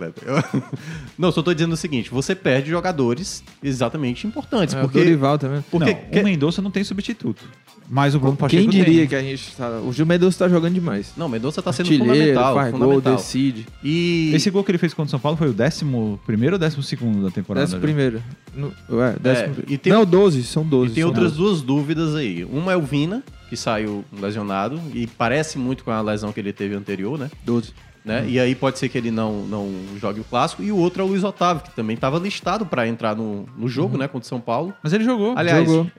D: Não, só tô dizendo o seguinte, você perde jogadores exatamente importantes,
A: É, o
D: porque...
A: Dorival também.
D: porque
C: Não, o Mendonça não tem substituto. Mas o Bruno Pacheco
A: Quem diria
C: tem.
A: que a gente tá... O Medoça tá jogando demais.
D: Não, Mendonça tá sendo
A: Artilheiro,
D: fundamental.
A: faz gol,
D: fundamental.
A: decide.
D: E...
C: Esse gol que ele fez contra o São Paulo foi o 11º ou 12º da temporada?
A: Décimo
C: já?
A: primeiro. Décimo...
D: e tem-
A: Não, 12, são 12.
D: E tem
A: são
D: outras
A: 12.
D: duas dúvidas aí. Uma é o Vina, que saiu lesionado, e parece muito com a lesão que ele teve anterior, né?
A: 12.
D: E aí pode ser que ele não jogue o clássico. E o outro é o Luiz Otávio, que também estava listado para entrar no jogo, né, contra o São Paulo.
C: Mas ele jogou.
D: Aliás,
A: Jogou.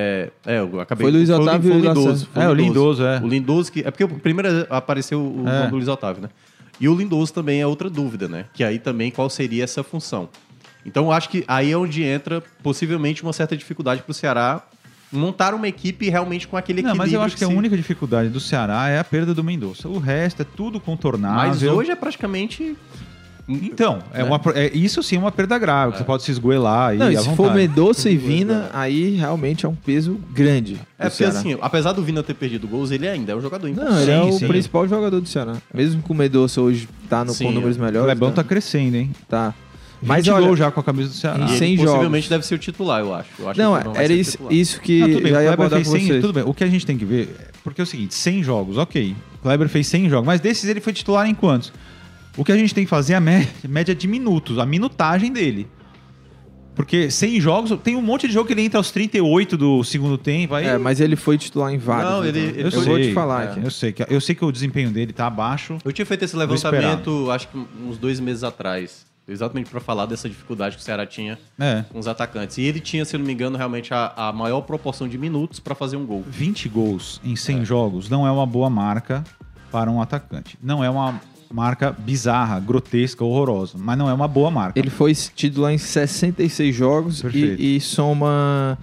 D: eu acabei...
A: Foi o Luiz Otávio e o
D: Lindoso.
A: Lacerda.
D: Foi
C: É, o Lindoso, é.
D: O Lindoso, que... É porque primeiro apareceu o nome do Luiz Otávio, né? E o Lindoso também é outra dúvida, né? Que aí também qual seria essa função. Então eu acho que aí é onde entra possivelmente uma certa dificuldade para o Ceará montar uma equipe realmente com aquele
C: Não,
D: equilíbrio.
C: mas eu acho que a
D: se-
C: única dificuldade do Ceará é a perda do Mendonça. O resto é tudo contornável.
D: Mas hoje é praticamente...
C: Então, isso sim é uma perda grave, que você pode se esgoelar aí
A: Não, e
C: à
A: se
C: vontade.
A: for Medoça e Vina, aí realmente é um peso grande.
D: É
A: do
D: porque
A: Ceará.
D: assim, apesar do Vina ter perdido gols, ele ainda é um jogador importante.
A: Não, ele é o
C: sim.
A: principal jogador do Ceará. Mesmo que o Medoça hoje tá
D: Sim,
A: com números
C: O
A: melhores.
C: Lebão
A: né?
C: tá crescendo, hein?
A: Tá.
C: 20
A: Mas olha,
C: gols já com a camisa do Ceará.
D: E ele
A: 100
D: possivelmente
A: jogos.
D: deve ser o titular, eu acho. Eu acho
A: não,
D: que ele vai
A: era
D: ser
A: isso,
D: titular.
A: isso que
C: Não, tudo bem,
A: já
C: o
A: ia
C: Kleber
A: abordar
C: fez
A: com
C: 100,
A: vocês.
C: tudo bem. O que a gente tem que ver, porque é o seguinte, 100 jogos, ok. O Kleber fez 100 jogos, mas desses ele foi titular em quantos? O que a gente tem que fazer é a média de minutos, a minutagem dele. Porque 100 jogos, tem um monte de jogo que ele entra aos 38 do segundo tempo, aí...
A: É, mas ele foi titular em vários.
D: Não,
A: então.
D: ele
A: eu
D: foi-
A: vou te falar aqui.
C: Eu sei que o desempenho dele tá abaixo.
D: Eu tinha feito esse levantamento, acho que uns 2 meses atrás. Exatamente para falar dessa dificuldade que o Ceará tinha
C: É.
D: com os atacantes. E ele tinha, se eu não me engano, realmente a maior proporção de minutos para fazer um gol.
C: 20 gols em 100 jogos não é uma boa marca para um atacante. Não é uma marca bizarra, grotesca, horrorosa, mas não é uma boa marca.
A: Ele foi titular em 66 jogos
C: Perfeito.
A: e soma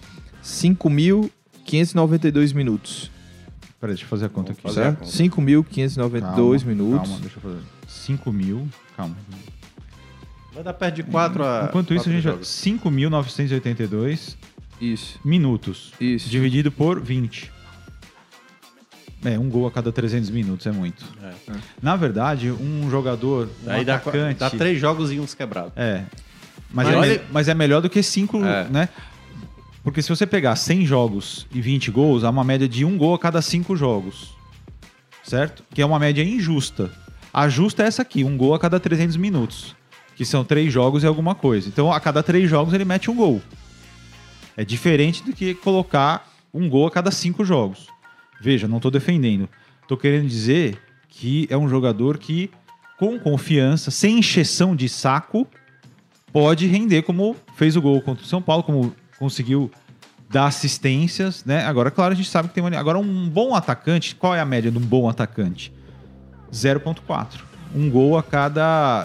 A: 5.592 minutos.
C: Peraí, deixa eu fazer a conta aqui.
D: Vamos fazer a
A: Certo?
D: conta.
A: 5.592 minutos.
C: Calma, deixa eu fazer. 5 mil, calma.
D: Vai dar perto de 4 a...
C: Enquanto isso, a
D: 4
C: gente vai...
D: jogos.
C: 5.982
A: Isso.
C: minutos.
A: Isso.
C: Dividido por 20. Um gol a cada 300 minutos é muito.
D: É.
C: Na verdade, um jogador,
D: Aí dá
C: atacante...
D: 3 jogos e uns quebrados.
C: Mas,
D: Mas olha-
C: mas é melhor do que 5,
D: É.
C: né? Porque se você pegar 100 jogos e 20 gols, há uma média de 1 gol a cada 5 jogos. Certo? Que é uma média injusta. A justa é essa aqui, 1 gol a cada 300 minutos. Que são 3 jogos e alguma coisa. Então, a cada 3 jogos, ele mete 1 gol. É diferente do que colocar 1 gol a cada 5 jogos. Veja, não estou defendendo. Estou querendo dizer que é um jogador que, com confiança, sem encheção de saco, pode render como fez o gol contra o São Paulo, como conseguiu dar assistências, né? Agora, claro, a gente sabe que tem... Agora, um bom atacante, qual é a média de um bom atacante? 0,4. Um gol a cada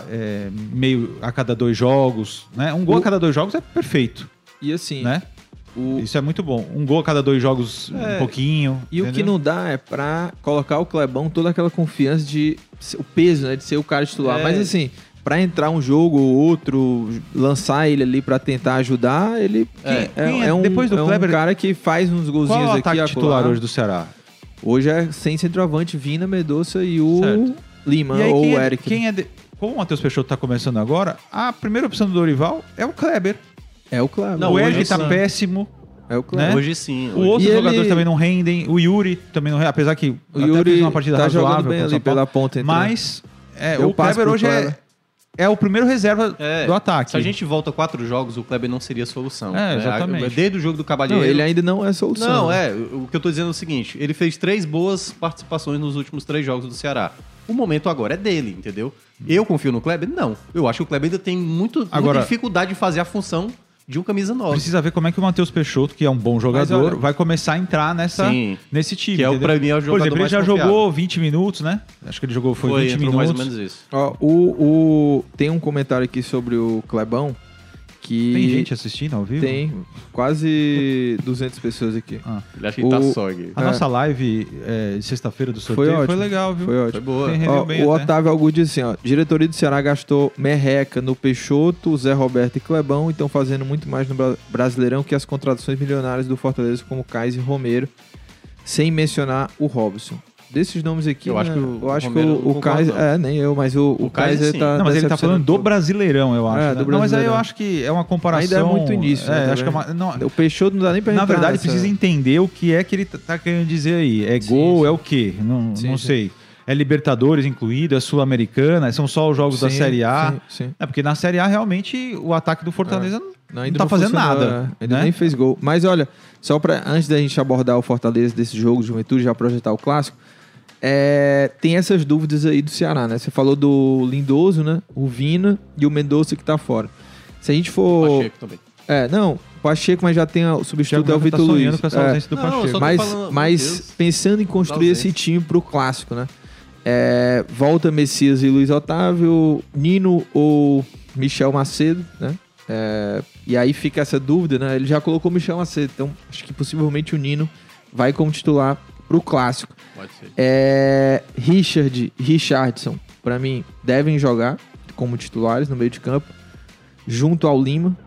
C: a cada 2 jogos, né? Um gol a cada 2 jogos é perfeito,
A: E assim,
C: né? Isso é muito bom. Um gol a cada 2 jogos, um pouquinho.
A: E o que não dá é pra colocar o Clebão toda aquela confiança de... O peso, né? De ser o cara titular. Mas assim, pra entrar um jogo ou outro, lançar ele ali pra tentar ajudar, ele
C: depois do Kleber,
A: um cara que faz uns golzinhos
C: qual é o
A: aqui.
C: ataque titular hoje do Ceará?
A: Hoje é sem centroavante, Vina, Medoça e o
C: Certo.
A: Lima,
C: E aí,
A: ou o Eric.
C: Como o Matheus Peixoto tá começando agora, a primeira opção do Dorival é o Kleber.
A: É o Kleber.
D: Não,
C: o Eric
D: hoje
C: tá
D: sim.
C: péssimo.
A: É o Kleber.
C: Né?
D: Hoje sim.
C: O outro
A: E
C: jogador
A: ele-
C: também não rendem. O Yuri também não rende, apesar que
A: O
C: até
A: Yuri
C: fez uma partida
A: tá
C: razoável
A: jogando bem
C: contra o
A: ali
C: São Paulo.
A: pela ponta. entrando.
C: Mas
A: Deu
C: o
A: passe
C: Kleber
A: pro
C: hoje
A: Kleber.
C: é o primeiro reserva do ataque.
D: Se a gente volta 4 jogos, o Kleber não seria a solução.
C: Exatamente.
D: Desde o jogo do Cabalheiro...
A: Não, ele ainda não é solução.
D: Não, o que eu tô dizendo é o seguinte, ele fez 3 boas participações nos últimos 3 jogos do Ceará. O momento agora é dele, entendeu? Eu confio no Kleber? Não. Eu acho que o Kleber ainda tem muita dificuldade de fazer a função de um camisa 9.
C: Precisa ver como é que o Matheus Peixoto, que é um bom jogador,
A: olha,
C: vai começar a entrar nesse time.
D: Que é,
C: entendeu?
D: pra mim, é o jogador
C: Por exemplo, ele
D: mais
C: já
D: confiável.
C: jogou 20 minutos, né? Acho que ele jogou 20
D: entrou
C: minutos.
D: mais ou menos isso.
A: Ó, tem um comentário aqui sobre o Clebão que...
C: Tem gente assistindo ao vivo?
A: Tem quase 200 pessoas aqui.
D: Ele acha que tá só aqui.
C: A nossa live de sexta-feira do sorteio foi
A: ótimo.
C: legal, viu?
A: Foi ótimo.
D: Foi boa.
C: Tem- rendeu
A: Ó,
C: bem
A: o
C: até.
A: Otávio Augusto diz assim, ó, diretoria do Ceará gastou merreca no Peixoto, Zé Roberto e Clebão e estão fazendo muito mais no Brasileirão que as contratações milionárias do Fortaleza como Caio e Romero, sem mencionar o Robson. Desses nomes aqui,
D: Eu acho que
A: eu acho que
D: Romero
A: o
D: não
A: Kaiser...
D: concorda,
A: nem eu, mas o
D: Kaiser,
A: Kaiser
D: sim.
A: tá...
C: Não, mas ele tá
A: decepcionando
C: falando do
A: um pouco.
C: Brasileirão, eu acho.
A: É,
C: né?
A: do
C: Não, mas aí eu
A: Brasileirão.
C: acho que é uma comparação...
A: Ainda é muito início, né,
C: acho que é
A: também.
C: uma... Não,
A: O Peixoto não dá nem pra
C: na
A: entrar
C: verdade,
A: nessa-
C: precisa entender o que é que ele tá querendo dizer aí. É gol,
A: sim.
C: é o quê? Não
A: Sim,
C: sei. É Libertadores incluído, é Sul-Americana, são só os jogos da
A: Sim,
C: Série A.
A: sim.
C: É porque na Série A, realmente, o ataque do Fortaleza não
A: Ainda
C: tá fazendo
A: funcionou,
C: nada.
A: Ainda
C: né?
A: nem fez gol. Mas olha, só pra antes da gente abordar o Fortaleza desse jogo de Juventude, já projetar o clássico, tem essas dúvidas aí do Ceará, né? Você falou do Lindoso, né? O Vina e o Mendonça que tá fora. Se a gente for...
D: Pacheco também.
A: Não, o Pacheco, mas já tem o substituto, é o
C: Thiago
A: Vitor
C: tá sonhando
A: Luiz.
C: com essa ausência do
D: Não, eu
C: Pacheco.
D: só tô
A: Mas,
D: falando, meu
A: mas
D: Deus.
A: pensando em construir esse
D: ausência.
A: time pro clássico, né? Volta Messias e Luiz Otávio, Nino ou Michel Macedo, né? E aí fica essa dúvida, né? Ele já colocou o Michel Macedo, então acho que possivelmente o Nino vai como titular pro clássico.
D: Pode ser.
A: Richardson, pra mim, devem jogar como titulares no meio de campo, junto ao Lima.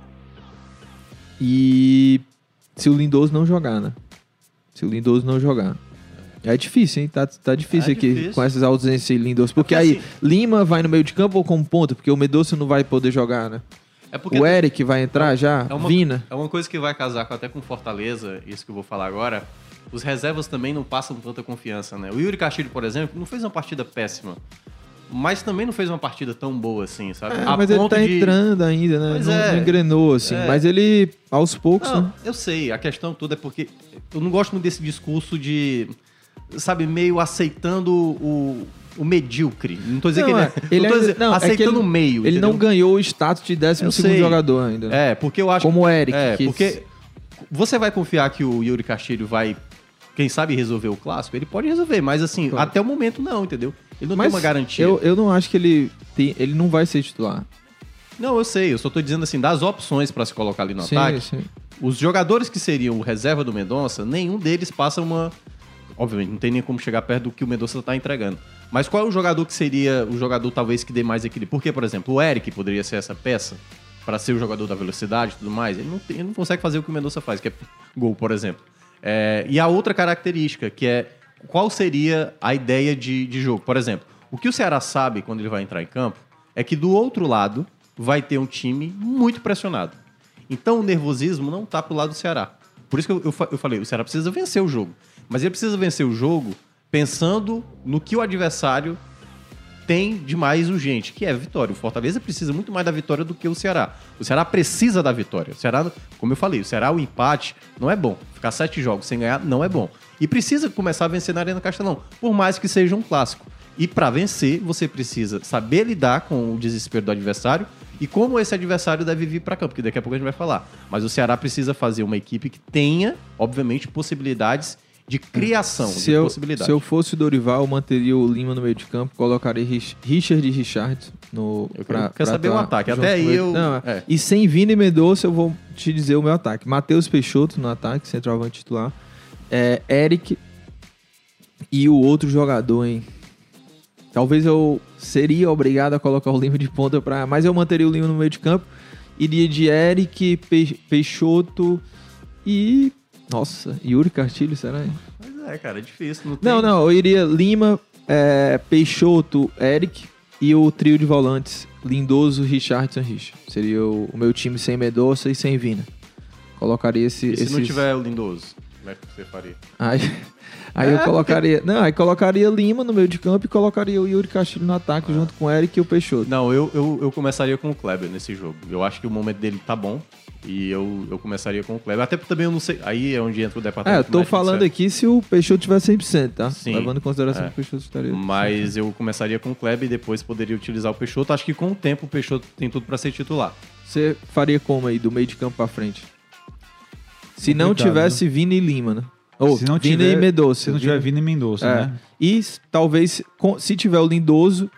A: E se o Lindoso não jogar, né? Se o Lindoso não jogar. É difícil, hein? Tá difícil aqui
D: difícil.
A: com essas ausências de Lindoso. Porque
D: porque
A: aí,
D: assim-
A: Lima vai no meio de campo ou como ponta? Porque o Medoça não vai poder jogar, né?
D: É porque
A: O Eric vai entrar já? Vina.
D: É uma coisa que vai casar até com Fortaleza, isso que eu vou falar agora. Os reservas também não passam tanta confiança, né? O Yuri Castilho, por exemplo, não fez uma partida péssima, mas também não fez uma partida tão boa assim, sabe? A
A: Mas ele
D: ponto
A: tá
D: de-
A: entrando ainda, né?
D: Pois
A: Não,
D: é.
A: não engrenou, assim.
D: É.
A: Mas ele, aos poucos, né?
D: Não, eu sei. A questão toda é porque eu não gosto muito desse discurso de, sabe, meio aceitando o medíocre. Não tô dizendo que ele
A: ainda-
D: dizendo,
A: não, é que
D: aceitando
A: ele-
D: o meio.
A: Ele não
D: entendeu?
A: ganhou o status de 12º
D: Eu sei.
A: jogador ainda.
D: É, porque eu acho
A: Como o Eric.
D: É,
A: que-
D: porque você vai confiar que o Yuri Castilho vai, quem sabe, resolver o clássico? Ele pode resolver, mas assim,
A: Claro.
D: até o momento não, entendeu? Ele não
A: Mas
D: tem uma garantia.
A: Eu não acho que ele não vai ser titular.
D: Não, eu sei, eu só tô dizendo assim, das opções pra se colocar ali no ataque,
A: Sim.
D: os jogadores que seriam o reserva do Mendonça, nenhum deles passa uma... Obviamente, não tem nem como chegar perto do que o Mendonça tá entregando. Mas qual é o jogador que seria o jogador talvez que dê mais equilíbrio? Porque, por exemplo, o Eric poderia ser essa peça para ser o jogador da velocidade e tudo mais. Ele não consegue fazer o que o Mendonça faz, que é gol, por exemplo. E a outra característica, que é qual seria a ideia de jogo? Por exemplo, o que o Ceará sabe quando ele vai entrar em campo é que do outro lado vai ter um time muito pressionado. Então o nervosismo não tá pro lado do Ceará. Por isso que eu falei, o Ceará precisa vencer o jogo. Mas ele precisa vencer o jogo pensando no que o adversário tem de mais urgente, que é a vitória. O Fortaleza precisa muito mais da vitória do que o Ceará. O Ceará precisa da vitória. O Ceará, como eu falei, o Ceará, o empate não é bom. Ficar 7 jogos sem ganhar não é bom. E precisa começar a vencer na Arena Castelão, por mais que seja um clássico. E para vencer, você precisa saber lidar com o desespero do adversário e como esse adversário deve vir para campo, porque daqui a pouco a gente vai falar. Mas o Ceará precisa fazer uma equipe que tenha, obviamente, possibilidades de criação,
A: Se
D: de
A: eu,
D: possibilidades.
A: se eu fosse o Dorival, eu manteria o Lima no meio de campo, colocaria Richard e Richards no.
D: Eu quero saber o
A: atuar
D: ataque.
A: junto
D: Até
A: com
D: aí
A: ele.
D: eu...
A: Não,
D: é.
A: E sem Vini e Mendonça, eu vou te dizer o meu ataque. Matheus Peixoto no ataque, centroavante titular. Eric e o outro jogador, hein? Talvez eu seria obrigado a colocar o Lima de ponta, mas eu manteria o Lima no meio de campo. Iria de Eric, Peixoto e... Nossa, Yuri Castilho, será?
D: Pois cara, é difícil.
A: Não, eu iria Lima, Peixoto, Eric e o trio de volantes, Lindoso, Richardson, Richard. Seria o meu time sem Mendonça e sem Vina. Colocaria
D: E se não tiver o Lindoso, como é que você faria?
A: Aí eu colocaria... Não, aí colocaria Lima no meio de campo e colocaria o Yuri Castilho no ataque junto com o Eric e o Peixoto.
D: Não, eu começaria com o Kleber nesse jogo. Eu acho que o momento dele tá bom. E eu começaria com o Kleber. Até porque também eu não sei. Aí é onde entra o departamento.
A: Eu tô falando aqui se o Peixoto tiver 100%, tá?
D: Sim,
A: Levando em consideração que o Peixoto estaria...
D: Mas eu começaria com o Kleber e depois poderia utilizar o Peixoto. Acho que com o tempo o Peixoto tem tudo pra ser titular.
A: Você faria como aí, do meio de campo pra frente? Se não tivesse Vini e Lima, né? Ou
C: Se não
A: Vini
C: tiver-
A: e Mendonça.
C: Se não tiver Vini e Mendonça, né?
A: E talvez, se tiver o Lindoso,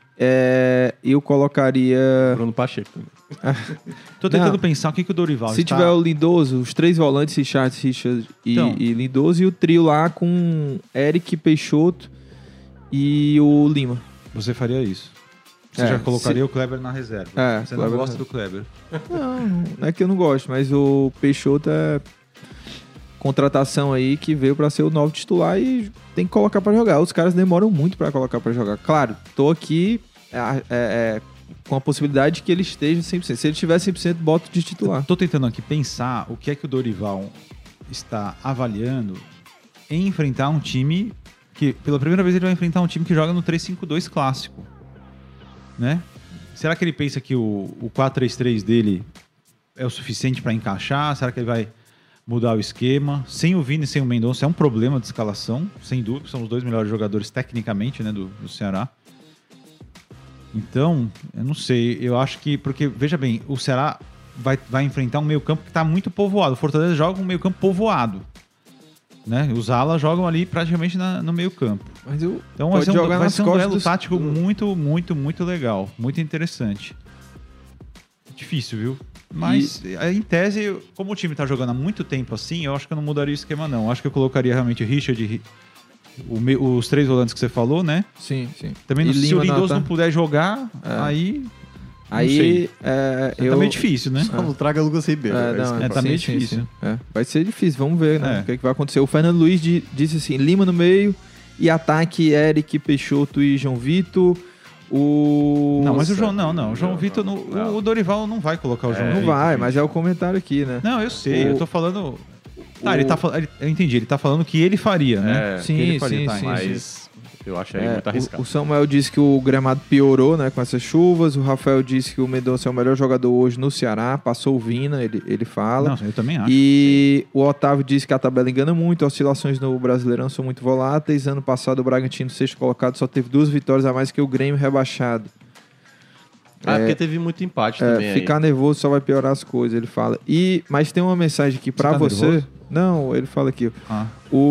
A: eu colocaria...
D: Bruno Pacheco.
C: Tô tentando
A: Não.
C: pensar o que o Dorival
A: Se
C: está...
A: tiver o Lindoso, os três volantes, Richard
C: Então.
A: e Lindoso, e o trio lá com Eric, Peixoto e o Lima.
C: Você faria isso. Você
A: É,
C: já colocaria o Kleber na reserva. Você não
A: Kleber
C: gosta
A: na-
C: do Kleber.
A: Não é que eu não gosto, mas o Peixoto é contratação aí que veio pra ser o novo titular e tem que colocar pra jogar. Os caras demoram muito pra colocar pra jogar. Claro, tô aqui com a possibilidade de que ele esteja 100%. Se ele tiver 100%, boto de titular.
C: Tô tentando aqui pensar o que é que o Dorival está avaliando em enfrentar um time que, pela primeira vez, ele vai enfrentar um time que joga no 3-5-2 clássico. Né? Será que ele pensa que o 4-3-3 dele é o suficiente para encaixar? Será que ele vai mudar o esquema? Sem o Vini e sem o Mendonça é um problema de escalação, sem dúvida. São os dois melhores jogadores tecnicamente, né, do Ceará. Então, eu não sei. Eu acho que... Porque, veja bem, o Ceará vai enfrentar um meio-campo que está muito povoado. O Fortaleza joga um meio-campo povoado. Né? Os alas jogam ali praticamente no meio-campo.
A: Mas eu
C: Então vai ser um duelo
A: dos-
C: tático muito, muito, muito legal. Muito interessante. Difícil, viu? Mas, em tese, como o time tá jogando há muito tempo assim, eu acho que eu não mudaria o esquema, não. Eu acho que eu colocaria realmente o Richard, os três volantes que você falou, né?
A: Sim.
C: Também
A: E
C: se o
A: Lima
C: Lindoso
A: na-
C: não puder jogar, aí...
A: Aí
C: Tá meio difícil, né?
D: Só não traga Lucas Ribeiro.
C: tá meio difícil.
A: Vai ser difícil, vamos ver, né?
C: É.
A: O que vai acontecer. O Fernando Luiz disse assim, Lima no meio e ataque Eric, Peixoto e João Vitor.
C: Não, mas o João... Não. O João
D: Não,
C: Vitor...
D: não.
C: O Dorival não vai colocar o João
A: Não
C: Vitor.
A: vai, mas é o comentário aqui, né?
C: Não, eu sei. Eu tô falando... Tá, ele
A: o-
C: tá falando... Eu entendi. Ele tá falando que ele faria, né?
D: É,
A: Sim,
C: Que ele faria,
A: sim,
C: tá,
A: sim.
D: Mas eu acho aí muito arriscado.
A: O Samuel disse que o gramado piorou, né, com essas chuvas. O Rafael disse que o Mendonça é o melhor jogador hoje no Ceará. Passou o Vina, ele fala.
C: Não, eu também acho.
A: E o Otávio disse que a tabela engana muito, oscilações no Brasileirão são muito voláteis. Ano passado o Bragantino, sexto colocado, só teve 2 vitórias a mais que o Grêmio rebaixado.
D: Porque teve muito empate também
A: Ficar nervoso só vai piorar as coisas, ele fala. Mas tem uma mensagem aqui pra
C: tá
A: você.
C: nervoso?
A: Não, ele fala aqui.
C: Ah.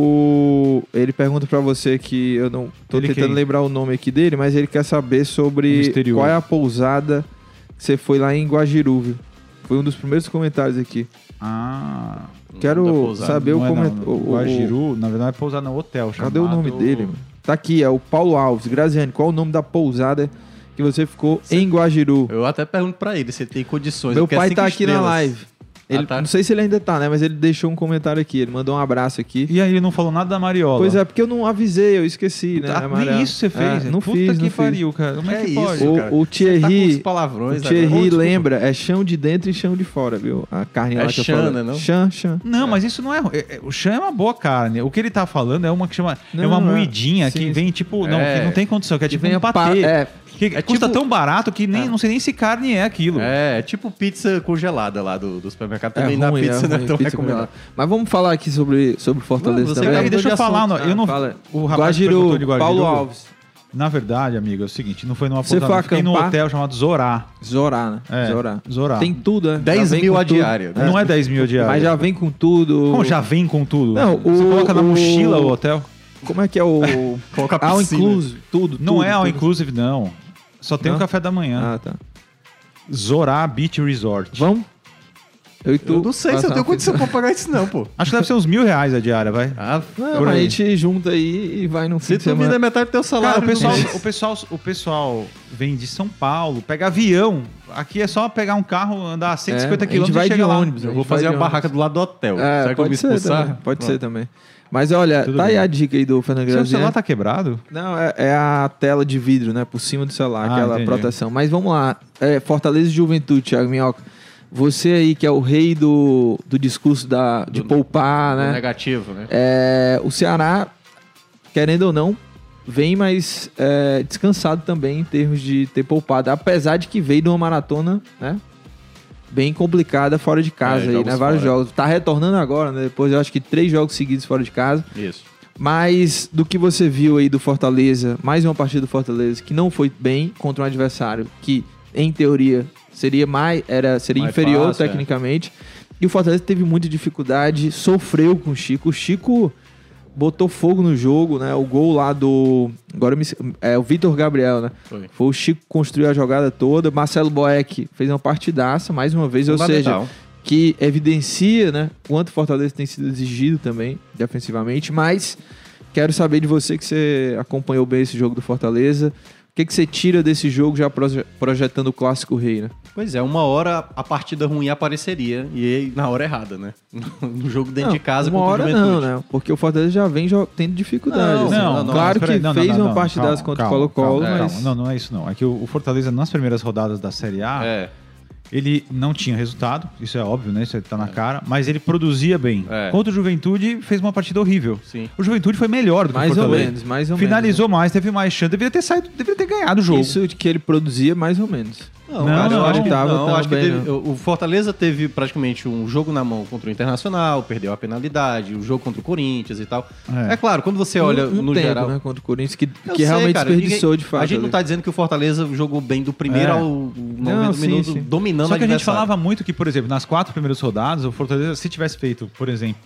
A: Ele pergunta pra você que eu não tô
C: Ele
A: tentando
C: quem?
A: lembrar o nome aqui dele, mas ele quer saber
C: O
A: sobre
C: misterioso.
A: qual é a pousada que você foi lá em Guajiru, viu? Foi um dos primeiros comentários aqui.
C: Ah...
A: Quero saber
C: Não
A: o
C: é, não.
A: comentário.
C: O Guajiru, na verdade, é pousar no hotel.
A: Cadê o nome dele, mano? Tá aqui, é o Paulo Alves. Graziane, qual o nome da pousada que você ficou em Guajiru?
D: Eu até pergunto pra ele se ele tem condições.
A: Meu
D: porque é
A: pai
D: 5
A: tá aqui na
D: estrelas.
A: live. Ele,
D: tá.
A: Não sei se ele ainda tá, né? Mas ele deixou um comentário aqui. Ele mandou um abraço aqui.
C: E aí ele não falou nada da Mariola.
A: Pois é, porque eu não avisei, eu esqueci, né?
C: Nem isso você fez.
A: Não
C: Puta
A: fiz,
C: que
A: não
C: pariu, cara. Como é que
D: isso,
C: pode?
D: cara.
A: O
D: Tá com
A: Thierry,
D: os palavrões
A: o Thierry
D: agora. Desculpa.
A: lembra, é chão de dentro e chão de fora, viu? A carne
D: É
A: lá que eu
D: chã,
A: falei.
D: né, não?
A: Chã.
C: Não, mas isso não é... O chã é uma boa carne. O que ele tá falando é uma que chama... é uma
A: Não,
C: moidinha
A: sim,
C: que
A: sim.
C: vem tipo... Não,
D: É.
C: que não tem condição. Que é tipo
A: vem
C: um
A: a pa-
C: patê.
A: é.
C: Que custa
D: tipo-
C: tão barato que nem, não sei nem se carne é aquilo.
D: É tipo pizza congelada lá do supermercado. Também
A: É
D: na
A: ruim,
D: pizza não é
A: ruim,
D: tão
A: pizza
D: recomendado.
A: congelada. Mas vamos falar aqui sobre Fortaleza
D: Não, você
A: também.
D: vai-
C: Aí deixa eu
D: de
C: falar.
D: assunto.
C: Eu não,
A: Fala.
C: o rapaz que perguntou
A: Guajiru,
C: de Guajiru,
A: Paulo Alves.
C: Na verdade, amigo, é o seguinte, não foi numa
A: Você
C: pousada,
A: foi
C: eu fiquei num
A: acampar?
C: hotel chamado Zorá.
A: Zorá, né?
C: É, Zorá.
A: Tem tudo, né?
D: 10
A: Já vem
D: mil
A: com
D: a
A: tudo.
D: diária, né?
C: Não é 10 mil diários.
A: Mas já vem com tudo.
C: Como já vem com tudo?
A: Não,
C: Você coloca na mochila o hotel?
A: Como é que é o...
D: Coloca a
A: All
D: piscina.
A: inclusive, tudo.
C: Não
A: tudo,
C: é all
A: tudo.
C: inclusive, não. Só tem
A: Não?
C: o café da manhã.
A: Ah, tá.
C: Zorá Beach Resort.
A: Vamos? Eu e tu.
D: Eu não sei se eu
A: passar
D: tenho
A: uma
D: condição pra pagar isso não, pô.
C: Acho que deve ser uns R$1.000 a diária, vai.
D: Ah,
A: Não,
C: Por
A: mas a
C: aí.
A: gente junta aí e vai no fim
D: se
A: de
D: tu me
A: semana.
D: der metade do teu salário...
C: Cara,
D: não-
C: o pessoal vem de São Paulo, pega avião. Aqui é só pegar um carro, andar 150
A: a gente
C: quilômetros
A: vai
C: e
A: de
C: chega lá.
A: ônibus.
D: Eu vou fazer a barraca do lado do hotel. Será que eu vou me
A: Pode ser
D: expulsar?
A: também. Pode ser também. Mas olha,
C: Tudo
A: tá aí
C: bem.
A: a dica aí do Fernando
C: Seu
A: Graziani.
C: celular tá quebrado?
A: Não, é a tela de vidro, né? Por cima do celular,
C: Ah,
A: aquela
C: entendi.
A: proteção. Mas vamos lá. Fortaleza e Juventude, Thiago Minhoca. Você aí que é o rei do discurso de poupar, né?
D: Negativo, né?
A: O Ceará, querendo ou não, vem mais descansado também em termos de ter poupado. Apesar de que veio de uma maratona, né? Bem complicada fora de casa aí,
D: jogos
A: né? Vários
D: fora.
A: jogos. Tá retornando agora, né? Depois eu acho que 3 jogos seguidos fora de casa.
D: Isso.
A: Mas do que você viu aí do Fortaleza, mais uma partida do Fortaleza que não foi bem contra um adversário que, em teoria, seria
D: Mais
A: inferior
D: fácil,
A: tecnicamente. E o Fortaleza teve muita dificuldade, sofreu com o Chico. O Chico botou fogo no jogo, né? O gol lá do... Agora o Vitor Gabriel, né? Foi o Chico que construiu a jogada toda. Marcelo Boeck fez uma partidaça, mais uma vez. Ou seja,
D: Fundamental.
A: que evidencia, né, quanto o Fortaleza tem sido exigido também, defensivamente, mas quero saber de você que você acompanhou bem esse jogo do Fortaleza, o que você tira desse jogo já projetando o Clássico Rei, né?
D: Pois é, uma hora a partida ruim apareceria e aí, na hora errada, né? No jogo dentro de casa
A: uma
D: contra o
A: hora
D: Juventude.
A: não, né? Porque o Fortaleza já vem tendo dificuldade.
D: Não,
A: assim.
D: não,
A: Claro
C: mas peraí,
A: que
C: não,
A: fez
C: não,
A: uma partidaça contra o Colo-Colo, mas...
C: Calma. Não é isso não. É que o Fortaleza, nas primeiras rodadas da Série A, ele não tinha resultado, isso é óbvio, né? Isso tá na cara, mas ele produzia bem. Contra o Juventude, fez uma partida horrível.
D: Sim.
C: O Juventude foi melhor do que o
A: mais ou
C: Fortaleza.
A: menos, mais ou
C: Finalizou
A: menos.
C: mais, teve mais chance, deveria ter ganhado o jogo.
A: Isso que ele produzia, mais ou menos.
D: Não,
C: Não,
D: cara, eu
C: não,
D: acho que,
A: tava
D: não, acho que
A: bem,
D: teve- o Fortaleza teve praticamente um jogo na mão contra o Internacional, perdeu a penalidade, o jogo contra o Corinthians e tal.
C: É.
D: É claro, quando você olha
A: um
D: no
A: tempo,
D: geral...
A: né, contra o Corinthians, que
D: Eu
A: que
D: sei,
A: realmente
D: cara,
A: desperdiçou
D: ninguém-
A: de fato.
D: A gente não
A: ali.
D: tá dizendo que o Fortaleza jogou bem do primeiro ao 90
A: sim,
D: minuto,
A: sim.
D: dominando
C: Só que a gente
D: adversário.
C: falava muito que, por exemplo, nas 4 primeiras rodadas, o Fortaleza, se tivesse feito, por exemplo,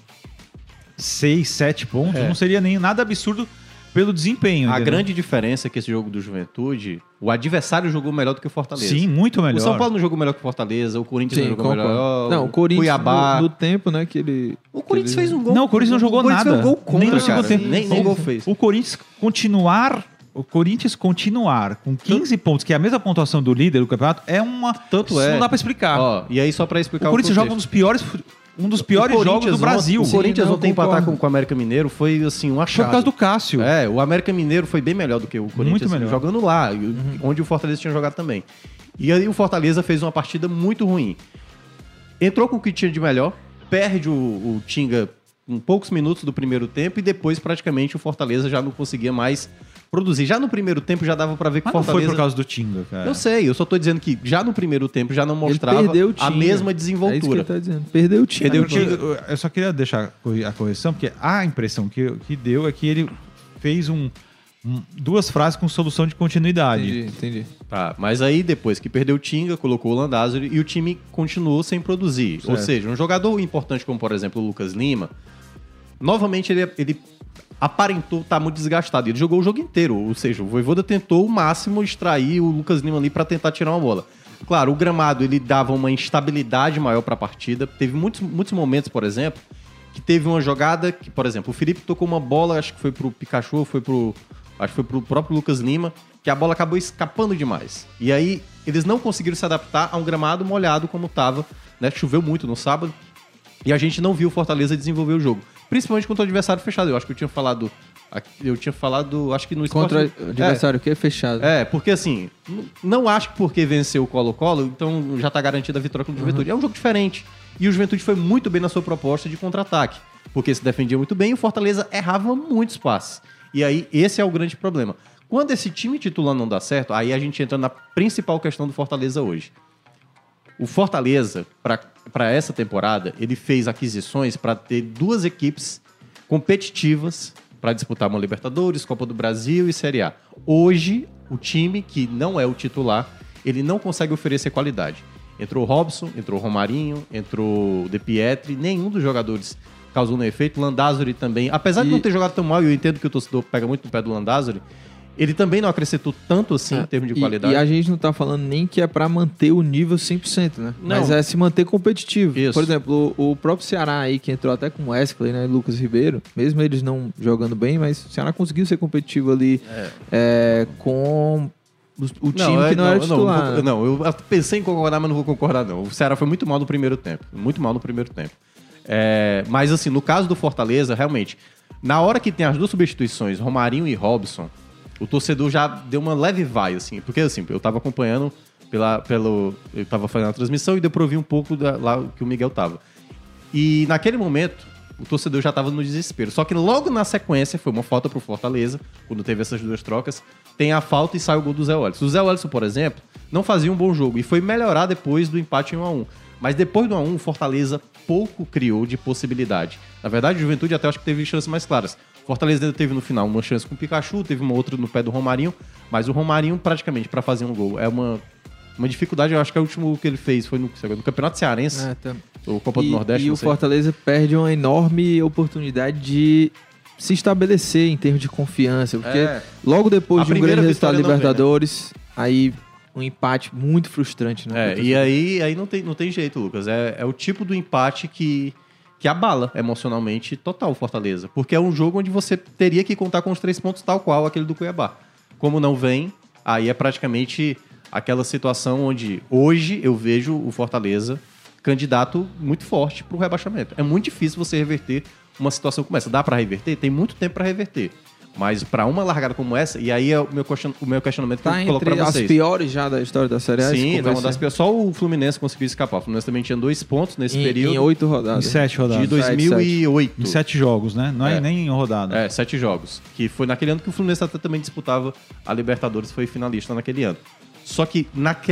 C: 6, 7 pontos, não seria nem nada absurdo pelo desempenho.
D: A
C: entendeu?
D: grande diferença é que esse jogo do Juventude, o adversário jogou melhor do que o Fortaleza.
C: Sim, muito melhor.
D: O São Paulo não jogou melhor que o Fortaleza, o Corinthians não jogou
A: concordo.
D: melhor.
A: Não, o Corinthians,
D: Cuiabá.
A: no tempo, né, que ele...
D: O Corinthians
A: que ele-
D: fez um gol.
C: Não, o Corinthians não jogou
D: o Corinthians
C: nada.
D: fez um gol contra,
C: nem no
D: cara.
C: segundo tempo.
D: Nem gol fez.
C: O Corinthians continuar com 15 pontos, que é a mesma pontuação do líder do campeonato, é uma...
D: Tanto
C: isso
D: é.
C: não dá pra explicar.
D: Ó, e aí só pra explicar
C: o Corinthians joga um
D: contexto.
C: dos piores jogos do Brasil.
D: O Corinthians
A: Sim, não,
D: ontem empatar
A: concordo.
D: com o América Mineiro foi assim um
C: Foi
D: achado.
C: por causa do Cássio.
D: É, o América Mineiro foi bem melhor do que o Corinthians,
C: Muito melhor.
D: jogando lá, onde o Fortaleza tinha jogado também. E aí o Fortaleza fez uma partida muito ruim. Entrou com o que tinha de melhor, perde o Tinga em poucos minutos do primeiro tempo e depois praticamente o Fortaleza já não conseguia mais produzir. Já no primeiro tempo já dava pra ver que o
C: Mas não
D: Fortaleza...
C: foi por causa do Tinga, cara.
D: Eu sei, eu só tô dizendo que já no primeiro tempo já não
A: Ele
D: mostrava
A: perdeu o
D: a
A: Tinga.
D: mesma
A: É isso que
D: desenvoltura.
A: ele tá dizendo. Perdeu o time.
D: Perdeu o
C: Porque
D: time.
C: eu só queria deixar a correção, porque a impressão que deu é que ele fez duas frases com solução de continuidade.
A: Entendi.
D: Tá, mas aí depois que perdeu o Tinga, colocou o Landázuri e o time continuou sem produzir.
A: Certo.
D: Ou seja, um jogador importante como, por exemplo, o Lucas Lima, novamente ele aparentou estar muito desgastado. Ele jogou o jogo inteiro, ou seja, o Vojvoda tentou o máximo extrair o Lucas Lima ali para tentar tirar uma bola. Claro, o gramado ele dava uma instabilidade maior para a partida. Teve muitos momentos, por exemplo, que teve uma jogada que, por exemplo, o Felipe tocou uma bola, acho que foi pro Pikachu, acho que foi pro próprio Lucas Lima, que a bola acabou escapando demais. E aí eles não conseguiram se adaptar a um gramado molhado como estava, né? Choveu muito no sábado e a gente não viu o Fortaleza desenvolver o jogo. Principalmente contra o adversário fechado. Eu acho que eu tinha falado, acho que no Sport...
A: Contra o adversário que é fechado.
D: Porque assim, não acho que porque venceu o Colo-Colo, então já tá garantida a vitória contra o Juventude. É um jogo diferente. E o Juventude foi muito bem na sua proposta de contra-ataque, porque se defendia muito bem e o Fortaleza errava muitos passes. E aí, esse é o grande problema. Quando esse time titular não dá certo, aí a gente entra na principal questão do Fortaleza hoje. O Fortaleza, para essa temporada, ele fez aquisições para ter duas equipes competitivas para disputar uma Libertadores, Copa do Brasil e Série A. Hoje, o time que não é o titular, ele não consegue oferecer qualidade. Entrou o Robson, entrou o Romarinho, entrou o De Pietri, nenhum dos jogadores causou nenhum efeito. Landázuri também, apesar de não ter jogado tão mal, e eu entendo que o torcedor pega muito no pé do Landázuri, ele também não acrescentou tanto assim em termos de qualidade.
A: E a gente não tá falando nem que é pra manter o nível 100%, né?
D: Não.
A: Mas é se manter competitivo.
D: Isso.
A: Por exemplo, o próprio Ceará aí, que entrou até com o Wesley, né? E Lucas Ribeiro, mesmo eles não jogando bem, mas o Ceará conseguiu ser competitivo ali com o time que não era titular.
D: Não, eu pensei em concordar, mas não vou concordar, não. O Ceará foi muito mal no primeiro tempo. Muito mal no primeiro tempo. Mas, assim, no caso do Fortaleza, realmente, na hora que tem as duas substituições, Romarinho e Robson, o torcedor já deu uma leve vai, assim. Porque, assim, eu tava acompanhando eu tava fazendo a transmissão e deu pra ouvir um pouco lá que o Miguel tava. E, naquele momento, o torcedor já tava no desespero. Só que logo na sequência, foi uma falta pro Fortaleza, quando teve essas duas trocas, tem a falta e sai o gol do Zé Wellison. O Zé Wellison, por exemplo, não fazia um bom jogo e foi melhorar depois do empate em 1-1. Mas depois do 1-1, o Fortaleza pouco criou de possibilidade. Na verdade, o Juventude até acho que teve chances mais claras. O Fortaleza ainda teve no final uma chance com o Pikachu, teve uma outra no pé do Romarinho, mas o Romarinho, praticamente, para fazer um gol, é uma dificuldade. Eu acho que o último que ele fez foi no Campeonato Cearense, ou Copa do Nordeste.
A: E o Fortaleza perde uma enorme oportunidade de se estabelecer em termos de confiança, porque logo depois de um grande resultado da Libertadores, aí um empate muito frustrante, né?
D: E aí não tem jeito, Lucas. É o tipo do empate que abala emocionalmente total o Fortaleza. Porque é um jogo onde você teria que contar com os 3 pontos tal qual aquele do Cuiabá. Como não vem, aí é praticamente aquela situação onde hoje eu vejo o Fortaleza candidato muito forte para o rebaixamento. É muito difícil você reverter uma situação como essa. Dá para reverter? Tem muito tempo para reverter. Mas para uma largada como essa, e aí é o meu questionamento que eu coloco para vocês.
A: As piores já da história da Série A?
D: Sim, uma das piores. Só o Fluminense conseguiu escapar. O Fluminense também tinha 2 pontos nesse período.
A: Em 8 rodadas.
C: Em 7 rodadas.
D: De 2008.
C: Em 7 jogos, né? Não é nem em rodada.
D: 7 jogos. Que foi naquele ano que o Fluminense até também disputava a Libertadores, foi finalista naquele ano. Só que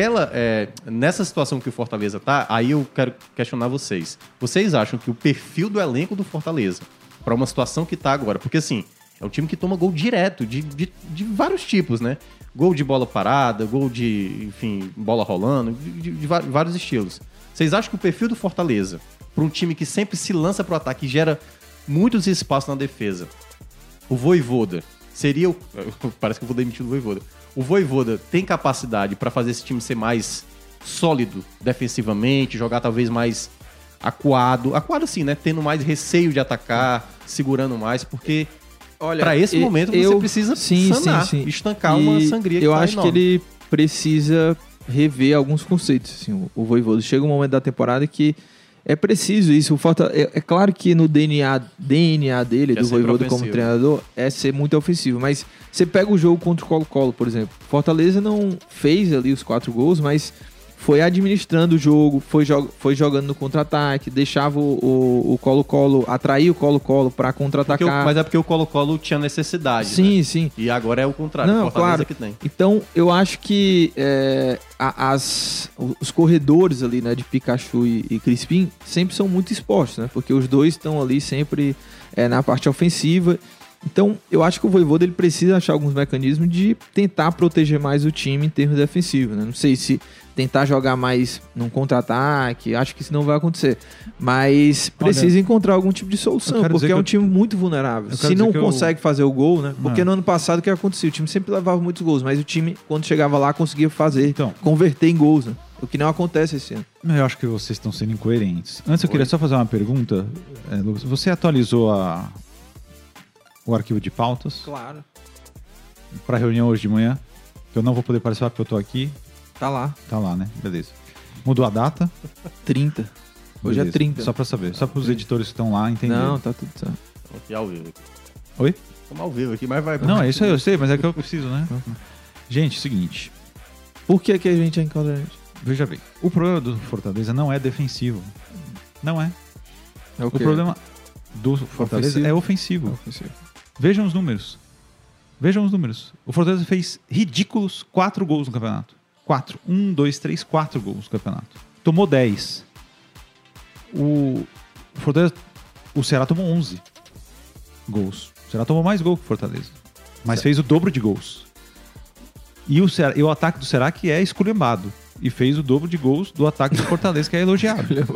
D: nessa situação que o Fortaleza tá, aí eu quero questionar vocês. Vocês acham que o perfil do elenco do Fortaleza, para uma situação que tá agora, porque assim, é um time que toma gol direto, de vários tipos, né? Gol de bola parada, gol de, enfim, bola rolando, de vários estilos. Vocês acham que o perfil do Fortaleza, para um time que sempre se lança pro ataque e gera muitos espaços na defesa, o Vojvoda seria parece que eu vou demitir o Vojvoda. O Vojvoda tem capacidade para fazer esse time ser mais sólido defensivamente, jogar talvez mais acuado assim, né? Tendo mais receio de atacar, segurando mais, porque para esse momento você precisa sanar, estancar uma sangria que
A: eu
D: tá
A: acho
D: enorme.
A: que ele precisa rever alguns conceitos, assim, o Vojvoda. Chega um momento da temporada que é preciso isso. É claro que no DNA dele, do Vojvoda como treinador, é ser muito ofensivo. Mas você pega o jogo contra o Colo-Colo, por exemplo. Fortaleza não fez ali os 4 gols, mas foi administrando o jogo, foi jogando no contra-ataque, deixava o Colo-Colo, atrair o Colo-Colo para contra-atacar.
D: Mas é porque o Colo-Colo tinha necessidade,
A: sim,
D: né?
A: Sim.
D: E agora é o contrário,
A: não,
D: o Fortaleza
A: claro.
D: que tem.
A: Então, eu acho que os corredores ali, né, de Pikachu e Crispim, sempre são muito expostos, né? Porque os dois estão ali sempre na parte ofensiva. Então, eu acho que o Vojvoda ele precisa achar alguns mecanismos de tentar proteger mais o time em termos defensivos, né? Não sei se tentar jogar mais num contra-ataque, acho que isso não vai acontecer. Mas precisa encontrar algum tipo de solução, porque é um time muito vulnerável. Se não consegue fazer o gol, né? Porque no ano passado o que acontecia? O time sempre levava muitos gols, mas o time, quando chegava lá, conseguia fazer, converter em gols, né? O que não acontece esse ano.
C: Eu acho que vocês estão sendo incoerentes. Antes eu queria só fazer uma pergunta. Lucas, você atualizou o arquivo de pautas?
A: Claro.
C: Para a reunião hoje de manhã, que eu não vou poder participar porque eu tô aqui.
A: Tá lá.
C: Tá lá, né? Beleza. Mudou a data?
A: 30. Hoje
C: Beleza.
A: É 30.
C: Só pra saber. Só pros editores que estão lá entenderem.
A: Não, tá tudo certo.
D: Estamos aqui ao vivo.
C: Oi?
D: Estamos ao vivo aqui, mas vai...
C: Não, é isso aí, eu sei, mas é que eu preciso, né? Gente, seguinte.
A: Por que a gente é incoerente?
C: Veja bem. O problema do Fortaleza não é defensivo. Não é.
A: É
C: o problema do Fortaleza é ofensivo. Vejam os números. O Fortaleza fez ridículos 4 gols no campeonato. 4. 1, 2, 3, 4 gols no campeonato. Tomou 10. O Ceará tomou 11 gols. Ceará tomou mais gol que o Fortaleza. Mas fez o dobro de gols. E o ataque do Ceará que é esculhambado. E fez o dobro de gols do ataque do Fortaleza, que é elogiado.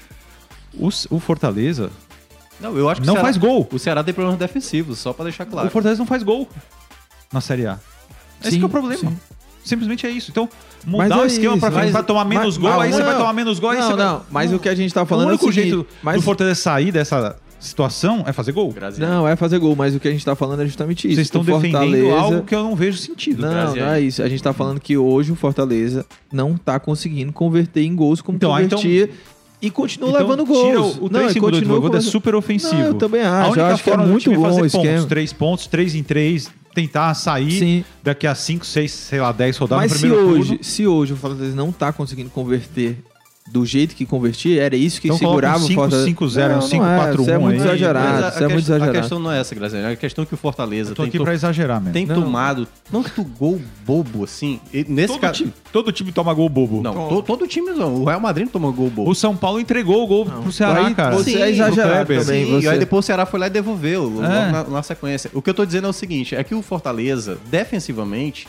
C: O Fortaleza
D: Não, eu acho que
C: não
D: o Ceará,
C: faz gol.
D: O Ceará tem problemas defensivos, só pra deixar claro.
C: O Fortaleza não faz gol na Série A. Esse
A: Sim,
C: que é o problema.
A: sim.
C: Simplesmente é isso. Então,
A: Mas
C: mudar
A: é
C: o esquema
A: isso,
C: pra tomar menos gol, aí você vai tomar menos gol, aí você vai...
A: mas o que a gente tá falando
C: O único
A: é o seguinte,
C: jeito do Fortaleza sair dessa situação é fazer gol.
D: Graziano.
A: Não, é fazer gol, mas o que a gente tá falando é justamente isso.
C: Vocês estão
A: O
C: defendendo algo que eu não vejo sentido.
A: Não, não é isso. A gente tá falando que hoje o Fortaleza não tá conseguindo converter em gols como convertia e continua levando gols.
C: Tira o 3-5-2 do Voivoda é super ofensivo.
A: Não, eu também
C: A
A: acho.
C: única
A: Eu acho que é
C: forma do
A: muito
C: time
A: bom
C: fazer
A: o esquema.
C: 3 pontos, 3 em 3, tentar sair
A: Sim.
C: daqui a 5, 6, sei lá, 10 rodadas
A: Mas
C: no primeiro turno.
A: se hoje o Fortaleza não tá conseguindo converter do jeito que convertia, era isso que
C: Então
A: segurava o Fortaleza.
C: 5-5-0, um 5-4-1
A: isso é muito
C: aí.
A: exagerado.
D: Mas
A: Isso é muito exagerado.
D: A questão não é essa, Graziano. A questão é que o Fortaleza
C: Eu tô aqui pra exagerar mesmo.
D: tem
A: Não.
D: tomado tanto gol bobo assim. E nesse caso.
C: Todo time toma gol bobo.
D: Não, todo time não. O Real Madrid não tomou gol bobo.
C: O São Paulo entregou o gol pro Ceará,
A: Aí
C: cara.
A: você
D: Sim,
A: é exagerado
C: pro Kleber.
A: também.
D: Sim,
A: Você...
D: e aí depois o Ceará foi lá e devolveu logo
C: É.
D: na sequência. O que eu tô dizendo é o seguinte, é que o Fortaleza, defensivamente,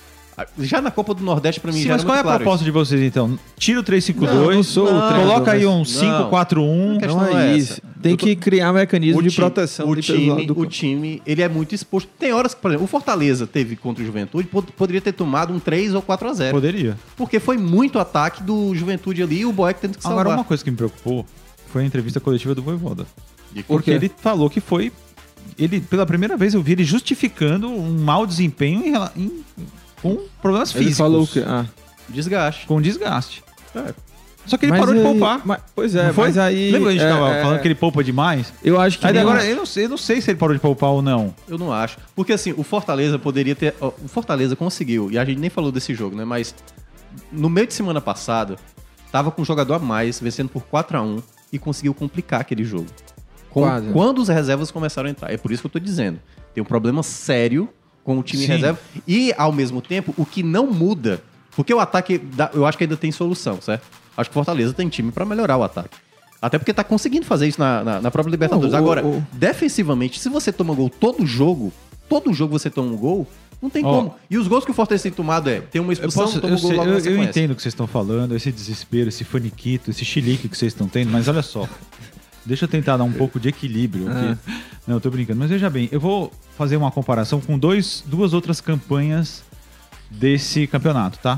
D: já na Copa do Nordeste, pra mim,
C: Sim,
D: já
C: mas
D: era
C: qual é a
D: muito claro
C: proposta de vocês, então? Tira o 3-5-2,
A: Não sou o treinador,
C: coloca aí
A: mas-
C: um 5-4-1.
D: A questão
A: Não é isso. Tem que criar mecanismo de proteção
D: o
A: ali pelo lado
D: time,
A: do
D: o
A: campo.
D: time, ele é muito exposto. Tem horas que, por exemplo, o Fortaleza teve contra o Juventude, poderia ter tomado um 3 ou 4-0.
C: Poderia.
D: Porque foi muito ataque do Juventude ali e o Boeck tendo que salvar.
C: Agora, uma coisa que me preocupou foi a entrevista coletiva do Voivoda.
D: De-
C: Porque
A: quê?
C: ele falou que foi... Pela primeira vez eu vi ele justificando um mau desempenho com problemas
A: Ele
C: físicos.
A: falou o quê?
D: Desgaste.
C: Com desgaste.
D: É.
C: Só que ele
A: Mas
C: parou de
A: aí-
C: poupar.
A: Pois é,
C: Não foi?
A: mas aí...
C: Lembra que a gente tava
A: é,
C: falando que ele poupa demais?
A: Eu acho que...
C: Aí
A: nem-
C: agora, eu não sei se ele parou de poupar ou não.
D: Eu não acho. Porque assim, o Fortaleza poderia ter. Ó, o Fortaleza conseguiu, e a gente nem falou desse jogo, né? Mas no meio de semana passado, tava com um jogador a mais, vencendo por 4-1 e conseguiu complicar aquele jogo.
A: Quase.
D: Quando os reservas começaram a entrar. É por isso que eu tô dizendo. Tem um problema sério com o time
C: Sim.
D: reserva. E, ao mesmo tempo, o que não muda. Porque o ataque, eu acho que ainda tem solução, certo? Acho que o Fortaleza tem time pra melhorar o ataque. Até porque tá conseguindo fazer isso na própria Libertadores. Agora, defensivamente, se você toma gol todo jogo você toma um gol, não tem como. E os gols que o Fortaleza tem tomado tem uma expulsão, toma um gol logo na
C: eu
D: sequência.
C: entendo o que vocês estão falando, esse desespero, esse faniquito, esse chilique que vocês estão tendo, mas olha só. Deixa eu tentar dar um pouco de equilíbrio aqui. Não, eu tô brincando. Mas veja bem, eu vou fazer uma comparação com duas outras campanhas desse campeonato, tá?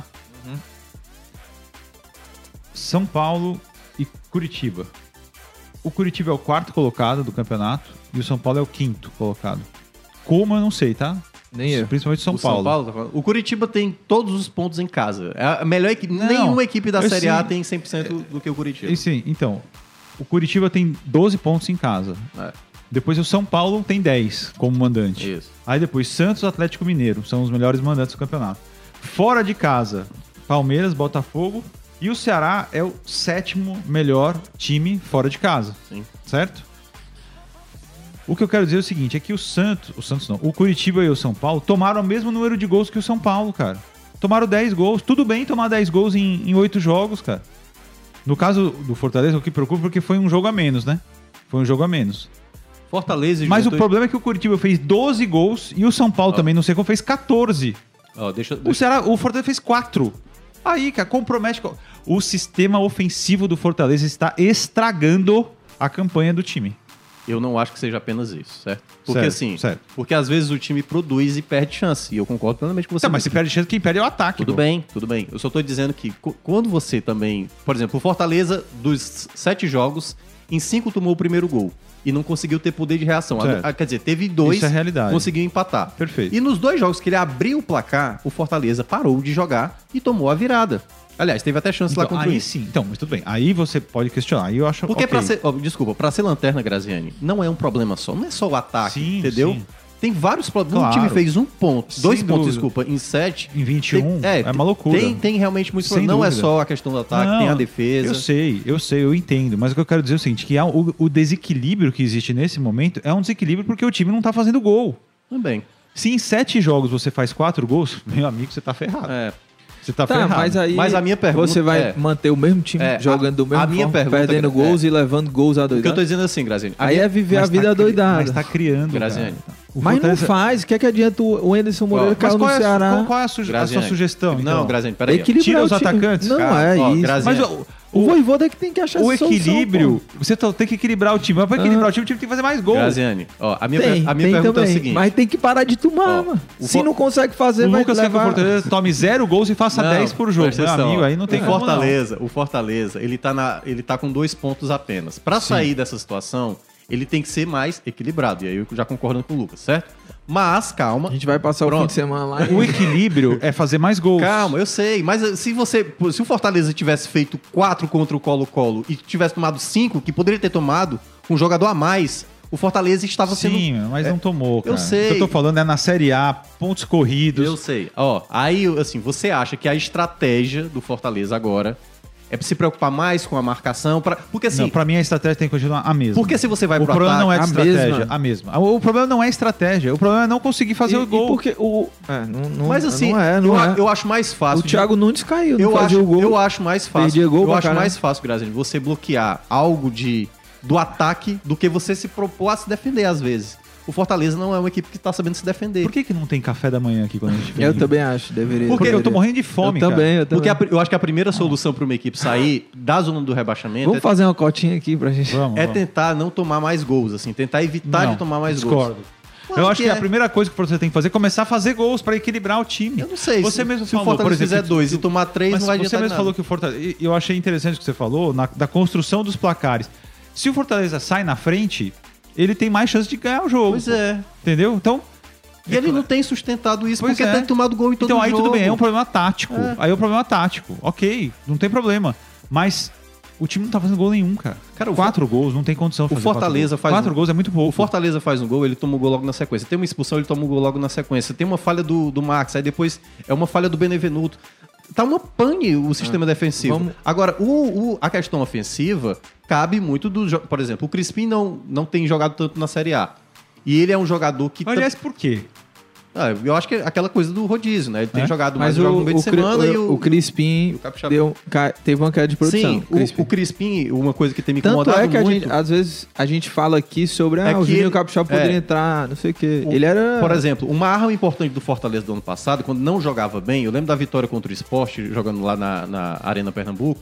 C: São Paulo e Curitiba. O Curitiba é o 4º colocado do campeonato e o São Paulo é o 5º colocado. Como eu não sei, tá?
A: Nem eu.
C: Principalmente o São Paulo.
D: Tá falando? O Curitiba tem todos os pontos em casa. É a melhor equipe.
C: Não,
D: Nenhuma equipe da
C: eu
D: Série A
C: sei.
D: tem 100% do que o Curitiba.
C: E sim, então, o Curitiba tem 12 pontos em casa.
D: É.
C: Depois o São Paulo tem 10 como mandante.
D: Isso.
C: Aí depois Santos e Atlético Mineiro são os melhores mandantes do campeonato. Fora de casa, Palmeiras, Botafogo e o Ceará é o 7º melhor time fora de casa.
D: Sim.
C: Certo? O que eu quero dizer é o seguinte, é que o Curitiba e o São Paulo tomaram o mesmo número de gols que o São Paulo, cara. Tomaram 10 gols. Tudo bem tomar 10 gols em 8 jogos, cara. No caso do Fortaleza, o que preocupa é porque foi um jogo a menos, né? Foi um jogo a menos.
D: Fortaleza e
C: Mas o
D: Juventude-
C: problema é que o Curitiba fez 12 gols e o São Paulo também, não sei como, fez 14. O Fortaleza fez 4. Aí, cara, compromete. O sistema ofensivo do Fortaleza está estragando a campanha do time.
D: Eu não acho que seja apenas isso, certo? Porque
C: Certo,
D: assim,
C: certo.
D: porque às vezes o time produz e perde chance. E eu concordo plenamente com você.
C: Tá, mas se perde chance, quem perde é o ataque.
D: Tudo
C: pô.
D: bem, tudo bem. Eu só tô dizendo que quando você também... Por exemplo, o Fortaleza, dos 7 jogos, em 5 tomou o primeiro gol. E não conseguiu ter poder de reação.
C: Certo.
D: Quer dizer, teve 2,
C: Isso é realidade.
D: conseguiu empatar.
C: Perfeito.
D: E nos 2 jogos que ele abriu o placar, o Fortaleza parou de jogar e tomou a virada. Aliás, teve até chance lá
C: Então,
D: contra o
C: aí
D: Inter.
C: sim. Então, mas tudo bem. Aí você pode questionar. Aí eu acho
D: Porque
C: ok.
D: pra ser lanterna, Graziani, não é um problema só. Não é só o ataque,
C: Sim,
D: entendeu?
C: sim.
D: Tem vários problemas.
C: Claro.
D: Um time fez 1 ponto,
C: Sem
D: 2 pontos,
C: dúvida.
D: desculpa, em 7.
C: Em 21 é uma loucura.
D: Tem realmente muitos
C: Sem
D: problemas. Não é
C: dúvida.
D: só a questão do ataque, tem a defesa.
C: Eu sei, eu entendo. Mas o que eu quero dizer é o seguinte, que o desequilíbrio que existe nesse momento é um desequilíbrio porque o time não tá fazendo gol.
D: Também.
C: Se em 7 jogos você faz 4 gols, meu amigo, você tá ferrado.
D: É.
C: Você tá ferrado.
A: mas aí
D: Mas a minha pergunta
A: você vai
D: é-
A: manter o mesmo time jogando do mesmo
D: a minha
A: forma,
D: pergunta
A: perdendo
D: é-
A: gols e levando gols
D: O que eu
A: adoidados.
D: tô dizendo assim, Graziani.
A: Aí é viver a vida adoidada.
C: Mas tá criando,
D: Graziani.
C: cara.
A: Mas não faz. O que é que adianta o Anderson Moreira
C: Mas
A: caiu no Ceará?
C: qual é a sua
D: Graziani.
C: sugestão? Então?
D: Não, Graziani, peraí.
A: Equilibrar
C: Tira
A: o
C: os
A: time.
C: atacantes?
A: Não
D: Cara,
A: é
D: ó,
A: isso.
D: Graziani.
C: Mas
A: O Vojvoda é que tem que achar
C: o
A: essa solução,
C: equilíbrio,
A: pô.
C: você tem que equilibrar o time. Mas pra equilibrar o time tem que fazer mais gols.
D: Graziani, ó, a minha
A: Tem
D: pergunta
A: também,
D: é o seguinte.
A: mas tem que parar de tomar,
D: Ó,
A: mano.
D: o
A: Se
D: Fo-
A: não consegue fazer,
C: O
A: vai
C: Lucas quer que o
A: levar...
C: Fortaleza tome 0 gols e faça
D: Não,
C: 10 por jogo.
D: presta
C: Meu
D: atenção,
C: amigo,
D: ó.
C: aí não tem como
D: O Fortaleza, ele tá com 2 pontos apenas. Pra sair dessa situação, ele tem que ser mais equilibrado. E aí eu já concordo com o Lucas, certo? Mas, calma.
A: A gente vai passar o
D: Pronto.
A: fim de semana lá.
C: não. O equilíbrio é fazer mais gols.
D: Calma, eu sei. Mas se o Fortaleza tivesse feito 4 contra o Colo-Colo e tivesse tomado 5, que poderia ter tomado, com um jogador a mais, o Fortaleza estava sendo...
C: Sim, mas não tomou, cara.
D: eu sei.
C: O que eu tô falando é na Série A, pontos corridos.
D: Eu sei. Ó, aí, assim, você acha que a estratégia do Fortaleza agora é se preocupar mais com a marcação? Porque assim...
C: Não, pra mim a estratégia tem que continuar a mesma.
D: Porque se você vai
C: O
D: pro
C: problema
D: ataque...
C: não é de
A: a
C: estratégia,
A: mesma.
C: a mesma. O problema não é estratégia, o problema é não conseguir fazer o gol.
A: E porque o...
D: Mas assim,
A: não é.
D: eu acho mais fácil...
A: O Thiago Nunes caiu, não
D: eu
A: fazia
D: acho,
A: o gol.
D: eu acho mais fácil.
A: Perdia gol
D: eu
A: pra
D: acho
A: caralho.
D: mais fácil, Graziani, você bloquear algo do ataque do que você se propor a se defender às vezes. O Fortaleza não é uma equipe que tá sabendo se defender.
C: Por que não tem café da manhã aqui quando a gente vem?
A: Eu também acho, deveria.
C: Porque eu tô
A: deveria.
C: morrendo de fome,
A: eu
C: cara.
A: também, eu também.
D: Porque eu acho que a primeira solução para uma equipe sair da zona do rebaixamento
A: Vamos fazer uma cotinha aqui pra gente...
C: Vamos,
D: é
C: vamos.
D: tentar não tomar mais gols, assim, tentar evitar
C: Não,
D: de tomar mais
C: discordo.
D: gols.
C: Eu acho que
D: é.
C: a primeira coisa que você tem que fazer é começar a fazer gols pra equilibrar o time.
D: Eu não sei.
C: Você mesmo
D: se o
C: falou,
D: Fortaleza
C: por exemplo,
D: fizer 2 e tomar 3,
C: Mas
D: não vai
C: você
D: adiantar
C: mesmo
D: nada.
C: falou que o Fortaleza... e eu achei interessante o que você falou, da construção dos placares. Se o Fortaleza sai na frente, ele tem mais chance de ganhar o jogo.
D: Pois é.
C: Entendeu? Então...
D: E ele não tem sustentado isso
C: Pois
D: porque tem tomado gol em todo
C: então,
D: jogo.
C: aí tudo bem, é um problema tático.
D: É.
C: Aí é um problema tático. Ok, não tem problema. Mas o time não tá fazendo gol nenhum, cara.
D: Cara, o
C: 4 gols, não tem condição de
D: o
C: fazer
D: Fortaleza
C: 4 gols.
D: faz
C: 4 gols é muito pouco.
D: O Fortaleza faz um gol, ele toma um gol logo na sequência. Tem uma expulsão, ele toma um gol logo na sequência. Tem uma falha do Max, aí depois é uma falha do Benevenuto. Tá uma pane o sistema defensivo.
A: Vamos-
D: Agora, a questão ofensiva cabe muito do... Por exemplo, o Crispim não tem jogado tanto na Série A. E ele é um jogador que...
C: Aliás, por quê?
D: eu acho que é aquela coisa do rodízio, né? Ele tem
C: É?
D: jogado mais
A: Mas
D: jogos no meio de semana e
A: o Crispim
D: o Capixaba-
A: teve uma queda de produção.
D: Sim, o Crispim, uma coisa que tem me
A: Tanto
D: incomodado
A: é que
D: muito...
A: às vezes a gente fala aqui sobre
D: É
A: o
D: que
A: Juninho
D: ele-
A: Capixaba poderia entrar, não sei o quê. Ele era...
D: Por exemplo, uma arma importante do Fortaleza do ano passado, quando não jogava bem, eu lembro da vitória contra o Sport, jogando lá na Arena Pernambuco,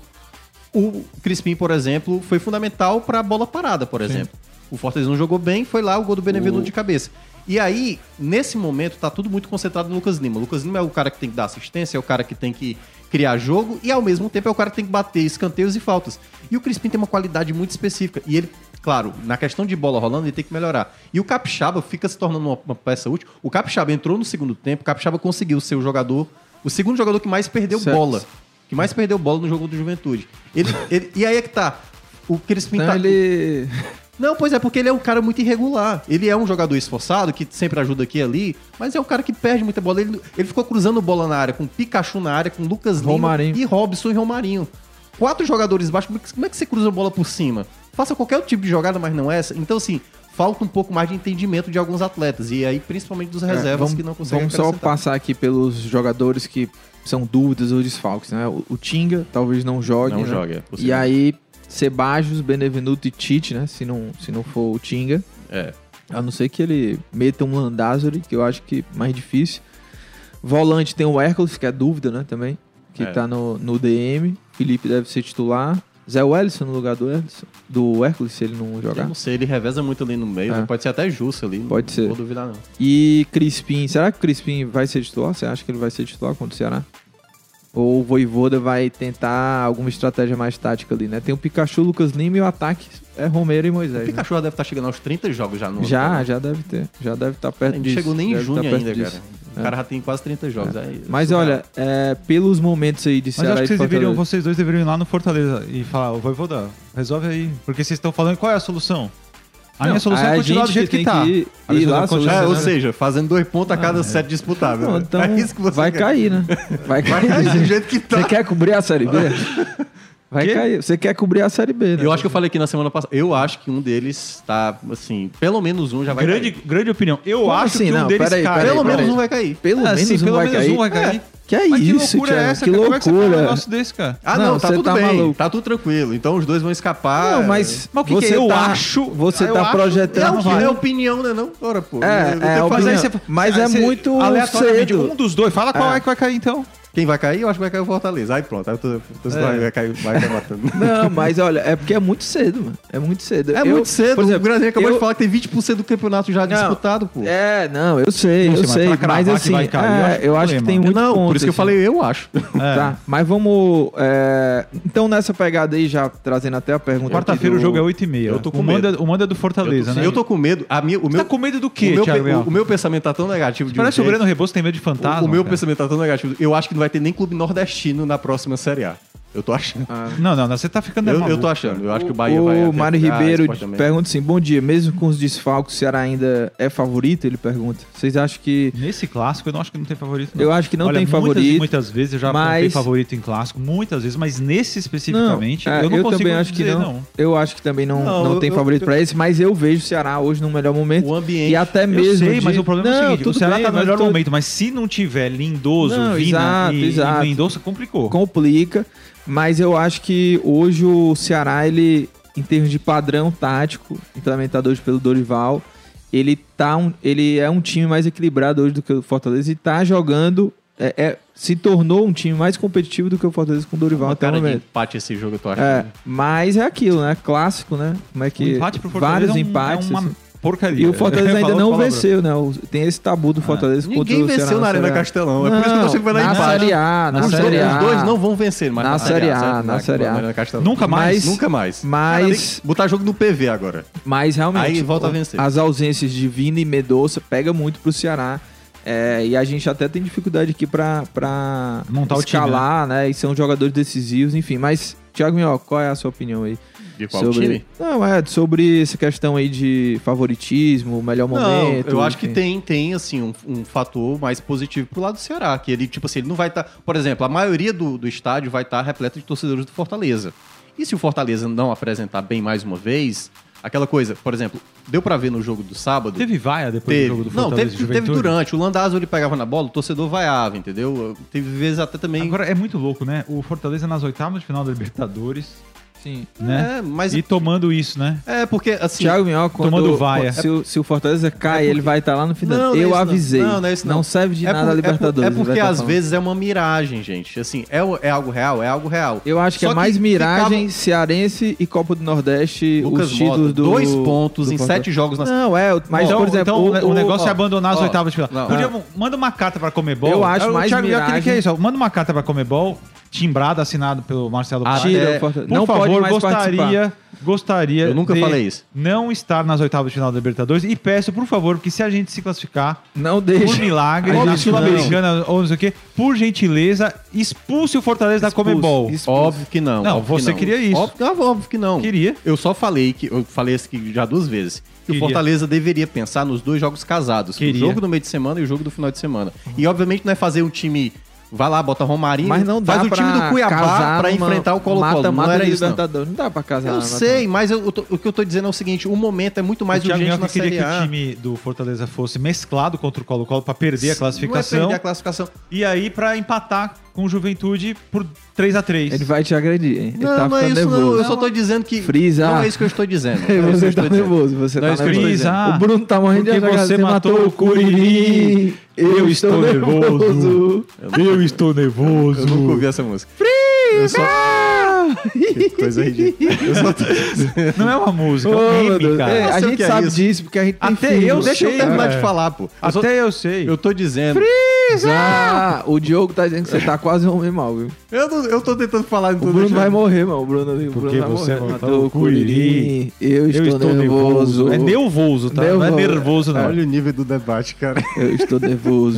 D: o Crispim, por exemplo, foi fundamental para a bola parada, por exemplo. O Fortaleza não jogou bem, foi lá o gol do Benevenuto de cabeça. E aí, nesse momento, tá tudo muito concentrado no Lucas Lima. O Lucas Lima é o cara que tem que dar assistência, é o cara que tem que criar jogo e, ao mesmo tempo, é o cara que tem que bater escanteios e faltas. E o Crispim tem uma qualidade muito específica. E ele, claro, na questão de bola rolando, ele tem que melhorar. E o Capixaba fica se tornando uma peça útil. O Capixaba entrou no segundo tempo, o Capixaba conseguiu ser o segundo jogador que mais perdeu
A: Certo.
D: bola. Que mais perdeu bola no jogo do Juventude. E aí é que tá. O Crispim
A: Então
D: tá...
A: ele...
D: Não, pois é, porque ele é um cara muito irregular. Ele é um jogador esforçado, que sempre ajuda aqui e ali, mas é um cara que perde muita bola. Ele ficou cruzando bola na área com Pikachu na área, com Lucas Lima
A: Romarinho.
D: e Robson e Romarinho. 4 jogadores baixos, como é que você cruza a bola por cima? Faça qualquer outro tipo de jogada, mas não essa. Então, assim, falta um pouco mais de entendimento de alguns atletas. E aí, principalmente dos reservas que não conseguem
A: Vamos só
D: acrescentar.
A: passar aqui pelos jogadores que são dúvidas ou desfalques, né? O Tinga talvez não jogue,
D: Não
A: né?
D: joga, é
A: E
D: possível.
A: aí, Sebajos, Benevenuto e Tite, né? Se não for o Tinga.
D: É.
A: A não ser que ele meta um Landázuri, que eu acho que é mais difícil. Volante tem o Hércules, que é dúvida, né? Também. Que tá no DM. Felipe deve ser titular. Zé Wellison no lugar do Hércules, se ele não jogar.
D: Eu não sei, ele reveza muito ali no meio.
A: É.
D: Pode ser até Justo ali.
A: Pode ser.
D: Não vou duvidar, não.
A: E Crispim, será que o Crispim vai ser titular? Você acha que ele vai ser titular contra o Ceará? Ou o Vojvoda vai tentar alguma estratégia mais tática ali, né? Tem o Pikachu, Lucas Lima e o ataque é Romero e Moisés.
D: O Pikachu já deve estar chegando aos 30 jogos já no
A: Já deve ter. Já deve estar perto
D: A gente
A: disso.
D: chegou nem em
A: Deve
D: junho
A: estar perto
D: ainda,
A: disso.
D: cara. O cara já tem quase 30 jogos. Aí,
A: Mas
D: surreal.
A: olha, pelos momentos aí de
C: Mas
A: Ceará
C: eu acho que
A: e Fortaleza...
C: vocês dois deveriam ir lá no Fortaleza e falar, vou dar, resolve aí. Porque vocês estão falando qual é a solução. A minha solução é continuar do jeito que tá.
A: Ir
C: A minha
A: lá,
C: solução é continuar
D: ou
C: do jeito
D: seja, fazendo 2 pontos a cada 7 disputados.
A: Não,
D: né?
A: então
D: É isso que você
A: vai
D: quer.
A: cair, né? Vai cair.
D: do jeito que tá.
A: Você quer cobrir a Série B? Vai
C: Quê?
A: cair. Você quer cobrir a Série B, né?
D: Eu acho que eu falei aqui na semana passada. Eu acho que um deles tá, assim, pelo menos um já vai
C: Grande,
D: cair.
C: grande opinião. Eu
A: Como
C: acho
A: assim?
C: que um
A: Não,
C: deles
A: peraí,
C: cai.
A: peraí,
D: Pelo
A: peraí.
D: menos um vai cair.
A: Pelo menos
C: sim,
A: um
C: pelo
A: vai
C: menos
A: cair.
C: um vai cair.
A: Que é
C: Mas
A: isso,
C: que loucura
A: Thiago?
C: é essa,
A: Que
C: cara? Como é que você fala um
A: loucura.
C: negócio desse, cara?
D: Ah,
A: Não,
D: não, tá
A: você
D: tudo
A: tá
D: bem,
A: maluco.
D: tá tudo tranquilo. Então os dois vão escapar.
A: Não, mas
C: Mas o que
A: você
C: que eu
A: tá,
C: acho?
A: Você
C: Eu
A: tá
C: acho-
A: projetando...
C: Não vai.
D: É opinião, né não? Ora, pô.
A: É,
D: Eu tenho
A: é
D: que
A: opinião.
D: fazer
C: Mas,
D: isso.
A: Mas é muito
C: aleatoriamente,
A: cedo.
C: um dos dois. Fala qual é que vai cair, então.
D: Quem vai cair? Eu acho que vai cair o Fortaleza. Aí pronto, aí vai cair matando.
A: Não, mas olha, é porque é muito cedo, mano. É muito cedo.
D: É muito cedo.
A: Por exemplo,
D: o Grazinha acabou
A: eu-
D: de falar que tem 20% do campeonato já disputado, pô.
A: Não, eu sei,
C: Não sei,
A: eu
C: mas
A: sei.
C: pra cravar
A: Mas
C: que
A: assim,
C: vai cair,
A: eu acho que tem muito
D: Não,
A: ponto,
D: por isso que eu
A: assim.
D: falei, eu acho.
A: Tá, mas vamos... Então, nessa pegada aí, já trazendo até a pergunta...
C: Quarta-feira o
A: aqui do-
C: jogo é 8h30.
D: Eu tô com
C: o mando
D: medo.
C: O mando é do Fortaleza, né?
D: Eu tô com medo. O
C: Você
D: meu,
C: tá com medo do quê,
D: o meu,
C: Thiago Leal?
D: o meu pensamento tá tão negativo de um
C: Parece o
D: jeito.
C: Breno Rebouças tem medo de fantasma.
D: O meu
C: cara.
D: pensamento tá tão negativo. Eu acho que não vai ter nem clube nordestino na próxima Série A. Eu tô achando.
C: Não, você tá ficando
D: Eu
C: maluco,
D: tô achando.
C: cara.
D: Eu acho que o Bahia vai.
A: O Mário Ribeiro
D: Sport também.
A: pergunta assim, bom dia, mesmo com os desfalques, o Ceará ainda é favorito? Ele pergunta. Vocês acham que...
C: Nesse clássico, eu não acho que não tem favorito. Não.
A: Eu acho que não
C: Olha,
A: tem
C: muitas
A: favorito.
C: e muitas vezes eu já
A: mas-
C: apontei favorito em clássico, muitas vezes, mas nesse especificamente, eu não consigo
A: também acho
C: dizer,
A: que não. Eu acho que também não tem
D: eu-
A: favorito pra esse, mas eu vejo o Ceará hoje no melhor momento.
D: O ambiente.
A: E até
C: Eu
A: mesmo.
C: sei, mas o problema é o seguinte, o
A: tudo
C: Ceará
A: bem,
C: tá no
A: mas
C: melhor
A: tô-
C: momento, mas se não tiver Lindoso,
A: Não,
C: Vina
A: exato.
C: e Mendonça, complicou.
A: Complica, mas eu acho que hoje o Ceará, ele, em termos de padrão tático, implementado hoje pelo Dorival, ele é um time mais equilibrado hoje do que o Fortaleza e tá jogando, se tornou um time mais competitivo do que o Fortaleza com o Dorival
D: Uma
A: até o
D: cara de
A: momento.
D: empate esse jogo, eu tô achando.
A: Mas é aquilo, né? Clássico, né? Como é
C: O
A: que
C: empate pro Fortaleza
A: vários
C: é
A: empates.
C: uma
A: assim.
C: porcaria.
A: E o Fortaleza ainda
C: Falou
A: não
C: palavrão.
A: venceu, né? Tem esse tabu do Fortaleza contra
D: Ninguém
A: o Ceará
D: venceu na Arena
A: Série A.
D: Castelão. É por isso que eu tô sempre falando
A: na
D: empate.
A: Série A, na
D: Os
A: Série
D: dois-
A: A.
D: Os dois não vão vencer, mas
A: Na Série A,
D: certo?
A: na Série A.
D: Arena Castelão.
C: Nunca mais?
D: Nunca mais.
A: Mas-
D: Cara, tem que botar jogo no PV agora.
A: Mas realmente,
D: Aí volta a vencer.
A: as ausências de Vina e Mendonça pega muito pro Ceará. E a gente até tem dificuldade aqui pra
C: Montar o time,
A: escalar, né? E são jogadores decisivos, enfim. Mas, Thiago Minhoca, qual é a sua opinião aí?
D: De qual time?
A: Não, sobre essa questão aí de favoritismo, melhor momento.
D: Não, eu acho que
A: enfim.
D: tem assim, um fator mais positivo pro lado do Ceará, que ele, tipo assim, ele não vai estar... Por exemplo, a maioria do estádio vai estar repleta de torcedores do Fortaleza. E se o Fortaleza não apresentar bem mais uma vez, aquela coisa, por exemplo, deu pra ver no jogo do sábado...
C: Teve vaia depois do jogo do
D: Não,
C: Fortaleza e
D: teve
C: Juventude?
D: durante. O Landazzo, ele pegava na bola, o torcedor vaiava, entendeu? Teve vezes até também...
C: Agora, é muito louco, né? O Fortaleza nas oitavas de final da Libertadores,
A: Sim.
C: né?
D: mas...
C: E tomando isso, né?
D: porque, assim...
A: Thiago Minhoca,
C: tomando vaia.
A: Se o Fortaleza cai, ele vai estar lá no final.
D: Não, não é
A: eu
D: isso não.
A: avisei.
D: Não, não é isso não.
A: serve de
D: É
A: nada
D: por-
A: a Libertadores.
D: É
A: ele vai
D: porque
A: tá
D: às
A: falando.
D: vezes é uma miragem, gente. Assim, é algo real? É algo real.
A: Eu acho que
D: Só
A: é mais miragem,
D: ficava-
A: cearense e Copa do Nordeste,
D: Lucas
A: os títulos
D: Mota,
A: do...
D: 2 pontos
A: do
D: em
A: Fortaleza.
D: 7 jogos na
A: Não, mas
C: então,
A: por exemplo...
C: o negócio é abandonar as
D: ó,
C: oitavas de final.
D: não.
C: Manda uma carta pra Comebol.
A: Eu acho mais
C: Thiago,
A: miragem.
C: que é isso? Ó, manda uma carta pra Comebol, timbrado, assinado pelo Marcelo Paes.
A: Tira
D: É,
A: o Fortaleza.
C: Por
A: Não
C: favor,
A: pode mais participar.
C: gostaria
D: Eu nunca
C: de
D: falei isso.
C: não estar nas oitavas de final da Libertadores e peço, por favor, que se a gente se classificar
A: Não
C: por
A: deixa.
C: milagre,
A: A
C: na
A: gente não.
C: Sul-Americana ou não sei o quê, por gentileza, expulse o Fortaleza da Comebol.
D: Óbvio que não.
C: Não,
D: óbvio que
C: você
D: não.
C: queria isso.
D: Óbvio que não.
C: Queria.
D: Eu só falei eu falei isso aqui já 2 vezes. Que
C: Queria.
D: o Fortaleza deveria pensar nos 2 jogos casados.
C: Queria.
D: O jogo do meio de semana e o jogo do final de semana. E obviamente não é fazer um time... Vai lá, bota Romarinho,
A: Mas não dá
D: faz o time do Cuiabá
A: casar
D: pra
A: numa
D: enfrentar o Colo-Colo. Não
A: mata-mata
D: era
A: de
D: isso, não.
A: Libertadores. Não dá pra casar.
D: Eu
A: na
D: sei, mas o que eu tô dizendo é o seguinte, o momento é muito mais
C: O Thiago
D: urgente
C: Minhoca
D: na
C: queria
D: Série
C: que
D: A.
C: o time do Fortaleza fosse mesclado contra o Colo-Colo pra perder a classificação.
D: Não é perder a classificação.
C: E aí pra empatar com o Juventude por 3x3.
A: Ele vai te agredir, hein? Ele tá
D: Não é
A: ficando
D: isso
A: nervoso.
D: não. Eu só tô dizendo que...
A: Frisa.
D: Não é isso que eu estou dizendo. Não é isso que eu
A: Você
D: estou
A: tá
D: dizendo.
A: nervoso, você
D: Não é
A: tá
D: isso que eu estou
A: nervoso.
C: dizendo.
A: O Bruno tá morrendo de
C: Porque
A: azar.
C: você matou o Curirim. Eu estou nervoso. Eu estou nervoso.
D: Eu nunca ouvi essa música. Eu só... Que coisa ridícula. Eu só tô dizendo...
C: Não é uma música, é
A: Ô,
C: um
A: meu
C: meme,
A: Deus.
C: cara.
A: É, a
D: Eu sei o
A: gente
D: que é
A: sabe
D: isso.
A: disso, porque a gente tem
C: Até
A: filhos.
C: eu
D: Deixa eu
C: sei,
D: terminar
C: velho.
D: de falar, pô.
C: Até eu sei.
D: Eu tô dizendo...
A: O Diogo tá dizendo que você tá quase um homem mal, viu?
D: Eu tô tentando falar...
A: O Bruno vai morrer, mano. O Bruno
C: Porque
A: vai
C: você
A: morrer.
C: matou o Curirim.
A: Eu estou nervoso.
C: É nervoso, tá? Não é nervoso, não.
D: Olha o nível do debate, cara.
A: Eu estou nervoso.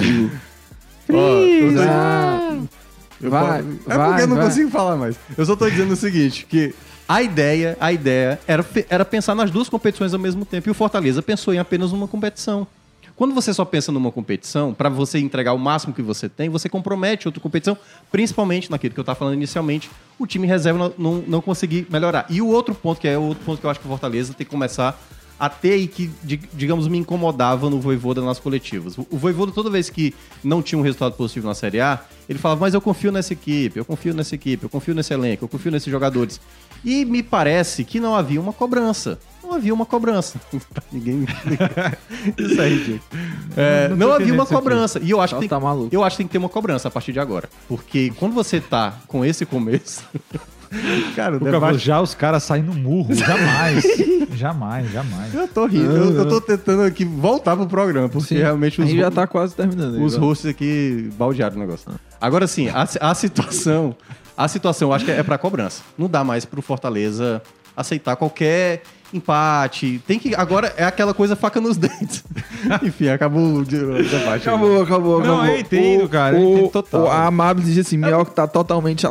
A: Vai,
D: É porque eu não
A: vai.
D: consigo falar mais. Eu só tô dizendo o seguinte, que a ideia era pensar nas 2 competições ao mesmo tempo. E o Fortaleza pensou em apenas uma competição. Quando você só pensa numa competição, para você entregar o máximo que você tem, você compromete outra competição, principalmente naquilo que eu estava falando inicialmente, o time reserva não conseguir melhorar. E o outro ponto, que é o outro ponto que eu acho que o Fortaleza tem que começar a TI que, digamos, me incomodava no Vojvoda nas coletivas. O Vojvoda, toda vez que não tinha um resultado positivo na Série A, ele falava, mas eu confio nessa equipe, eu confio nessa equipe, eu confio nesse elenco, eu confio nesses jogadores. E me parece que não havia uma cobrança. Não havia uma cobrança. Ninguém... Isso aí, gente. Não havia uma cobrança. E eu acho, que eu acho que tem que ter uma cobrança a partir de agora. Porque quando você tá com esse começo... Cara,
C: já os caras saem no murro. Jamais.
D: Eu tô rindo. Eu tô tentando aqui voltar pro programa, porque realmente
A: a gente já tá quase terminando.
D: Os hosts aqui baldearam o negócio. Agora sim, a situação eu acho que é pra cobrança. Não dá mais pro Fortaleza aceitar qualquer empate. Tem que... Agora é aquela coisa faca nos dentes. Enfim, acabou o debate.
A: Acabou.
C: Não, eu entendo, cara. Eu entendo total.
A: A Amable diz assim, Minhoca tá totalmente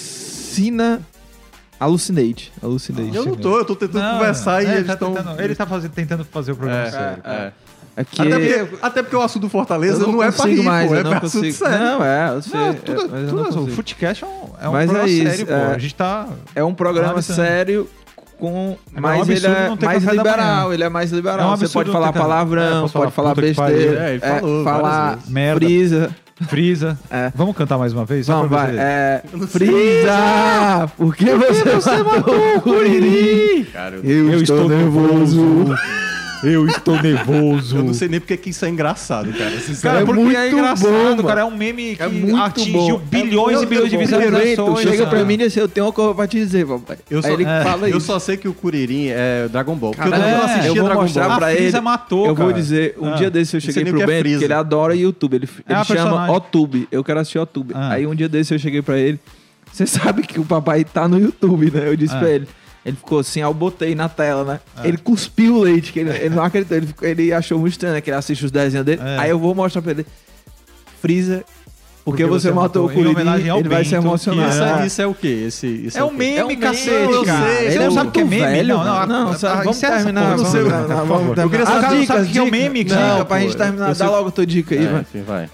A: Alucinate.
D: Eu tô tentando conversar e eles estão...
C: Ele tá tentando fazer o programa sério.
D: Até porque o assunto do Fortaleza não é pra rir,
A: mais,
D: é pra assunto sério.
C: O Footcast é um
A: programa
C: sério, pô. A gente tá...
A: É um programa sério... Mas ele é mais liberal, Você pode falar palavrão, pode falar besteira,
D: ele falou,
A: falar
C: merda. Frisa. Vamos cantar mais uma vez?
A: Vamos, vai. Frisa! Por que você matou o Curirim?
D: Cara,
C: eu estou nervoso. Eu estou nervoso.
D: Eu não sei nem porque que isso é engraçado, cara.
C: Cara, porque é engraçado, bom, cara. É um meme que atingiu bilhões e bilhões de visualizações.
A: Chega pra mim e diz, eu tenho uma coisa pra te dizer, papai.
D: Eu só sei que o Kuririn é Dragon Ball. Porque eu não assistia
A: eu vou
D: Dragon
A: mostrar
D: Ball.
A: pra ele.
C: Matou,
A: eu vou dizer, um dia desse eu cheguei pro Bento, que ele adora YouTube. Ele chama OTube. Eu quero assistir OTube. Aí um dia desse eu cheguei pra ele. Você sabe que o papai tá no YouTube, né? Eu disse pra ele. Ele ficou assim, eu botei na tela, né? Ele cuspiu o leite, que ele não acreditou. Ele achou muito estranho, né? Que ele assiste os desenhos dele. Aí eu vou mostrar pra ele. Frisa, porque você matou o Kuririn, ele vai se emocionar.
D: Isso é o quê? Isso
C: é um meme, cacete, cara.
A: Ele não sabe o que é meme? Não, vamos terminar.
C: Eu queria saber o que é o meme.
A: Não, pra gente terminar, dá logo a tua dica aí.
D: Enfim, vai.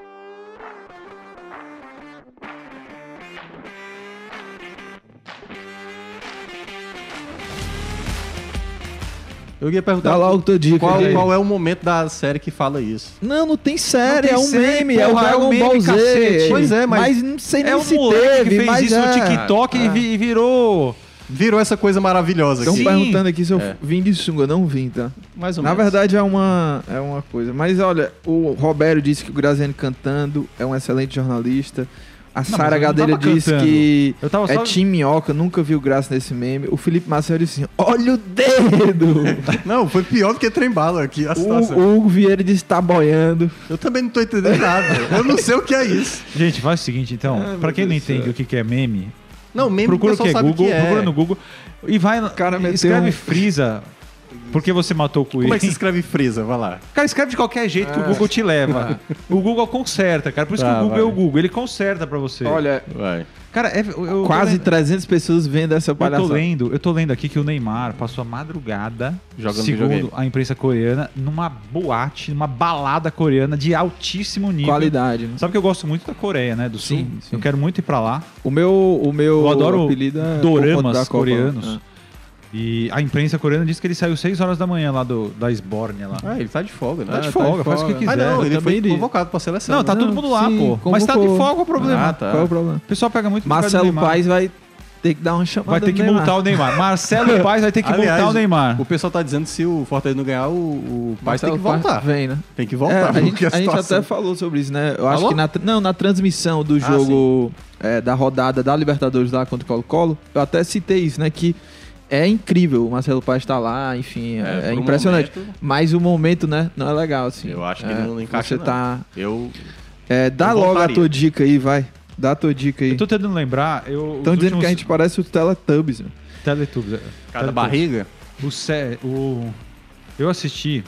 D: Eu ia perguntar
A: dá logo tua dica,
D: qual é o momento da série que fala isso.
A: Não tem série, é um meme, é o Dragon Ball Z.
D: Cacete. Pois é, mas
A: não sei nem
C: é
A: se
C: um
A: teve,
C: que fez
A: mas
C: isso no TikTok e virou
D: essa coisa maravilhosa aqui.
A: Estão perguntando aqui se eu vim de sunga, não vim, tá?
D: Mais ou
A: menos. Na
D: menos.
A: verdade é uma coisa. Mas olha, o Roberto disse que o Graziani cantando é um excelente jornalista. A Sara Gadelha disse que time Minhoca, nunca viu graça nesse meme. O Felipe Marcel disse assim, olha o dedo!
D: Não, foi pior do que trem-bala aqui a situação.
A: O Hugo Vieira disse que tá boiando.
D: Eu também não tô entendendo nada. Eu não sei o que é isso.
C: Gente, faz o seguinte, então. Pra quem não entende o que é meme...
D: Não, meme
C: procura o que é Google, procura no Google e vai... escreve
A: meteu
C: Frisa... Porque você matou o Kuririn.
D: Como é que se escreve Frisa? Vai lá.
C: Cara, escreve de qualquer jeito que o Google te leva. O Google conserta, cara. Por isso que o Google é o Google. Ele conserta pra você.
A: Olha,
C: cara,
A: quase 300 pessoas vendo essa palhaçada.
C: Eu tô lendo aqui que o Neymar passou a madrugada,
D: jogando
C: segundo a imprensa coreana, numa boate, numa balada coreana de altíssimo nível.
A: Qualidade. Né?
C: Sabe que eu gosto muito da Coreia, né? Do Sul. Sim. Eu quero muito ir pra lá.
A: O meu
C: eu adoro
A: apelido é
C: doramas coreanos. E a imprensa coreana disse que ele saiu 6 horas da manhã lá da Esbórnia lá.
D: Ele tá de folga, né?
C: Tá de folga, faz o que quiser.
D: Não, ele foi convocado pra seleção.
C: Não, tá todo mundo lá, pô.
A: Convocou.
C: Mas tá de folga, qual o problema?
A: Qual é o problema?
C: O pessoal pega muito
A: Marcelo Paes vai ter que dar uma chamada.
C: Vai ter que multar o Neymar. Marcelo Paes vai ter que multar o Neymar.
D: O pessoal tá dizendo que se o Fortaleza não ganhar, o Paes tem que voltar.
A: Vem, né?
D: Tem que voltar.
A: A gente até falou sobre isso, né? Eu acho que na transmissão do jogo da rodada da Libertadores lá contra o Colo-Colo, eu até citei isso, né? Que é incrível o Marcelo Paes tá lá, enfim, é impressionante. Mas o momento, né, não é legal, assim.
D: Eu acho que não encaixa,
A: você tá...
D: Dá
A: logo a tua dica aí, vai. Dá a tua dica aí.
C: Eu tô tentando lembrar...
A: Estão dizendo que a gente parece o Teletubbies. Né?
C: Teletubbies.
D: Cada barriga?
C: Eu assisti...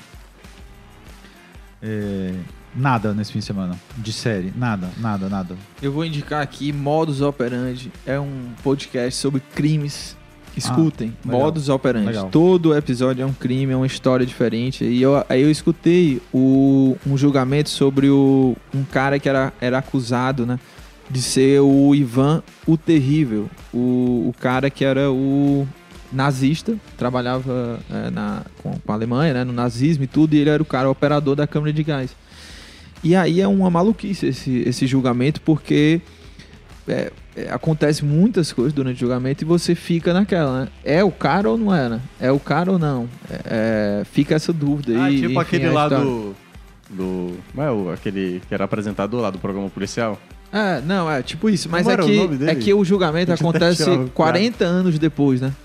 C: nada nesse fim de semana. De série. Nada.
A: Eu vou indicar aqui Modus Operandi. É um podcast sobre crimes. Escutem, Modus Operandi.
C: Legal.
A: Todo episódio é um crime, é uma história diferente. E aí eu escutei um julgamento sobre um cara que era acusado, né, de ser o Ivan o Terrível. O cara que era o nazista, trabalhava com a Alemanha, né, no nazismo e tudo, e ele era o cara operador da câmara de gás. E aí é uma maluquice esse julgamento, porque acontece muitas coisas durante o julgamento e você fica naquela, né? É o cara ou não é, né? É o cara ou não? Fica essa dúvida.
D: Ah,
A: e,
D: tipo
A: enfim,
D: aquele
A: a
D: lá
A: história.
D: Não é aquele que era apresentador lá do programa policial?
A: Tipo isso. Mas
D: Como era o nome dele?
A: é que o julgamento
D: Deixa eu até
A: acontece
D: tirar o
A: 40 anos depois, né?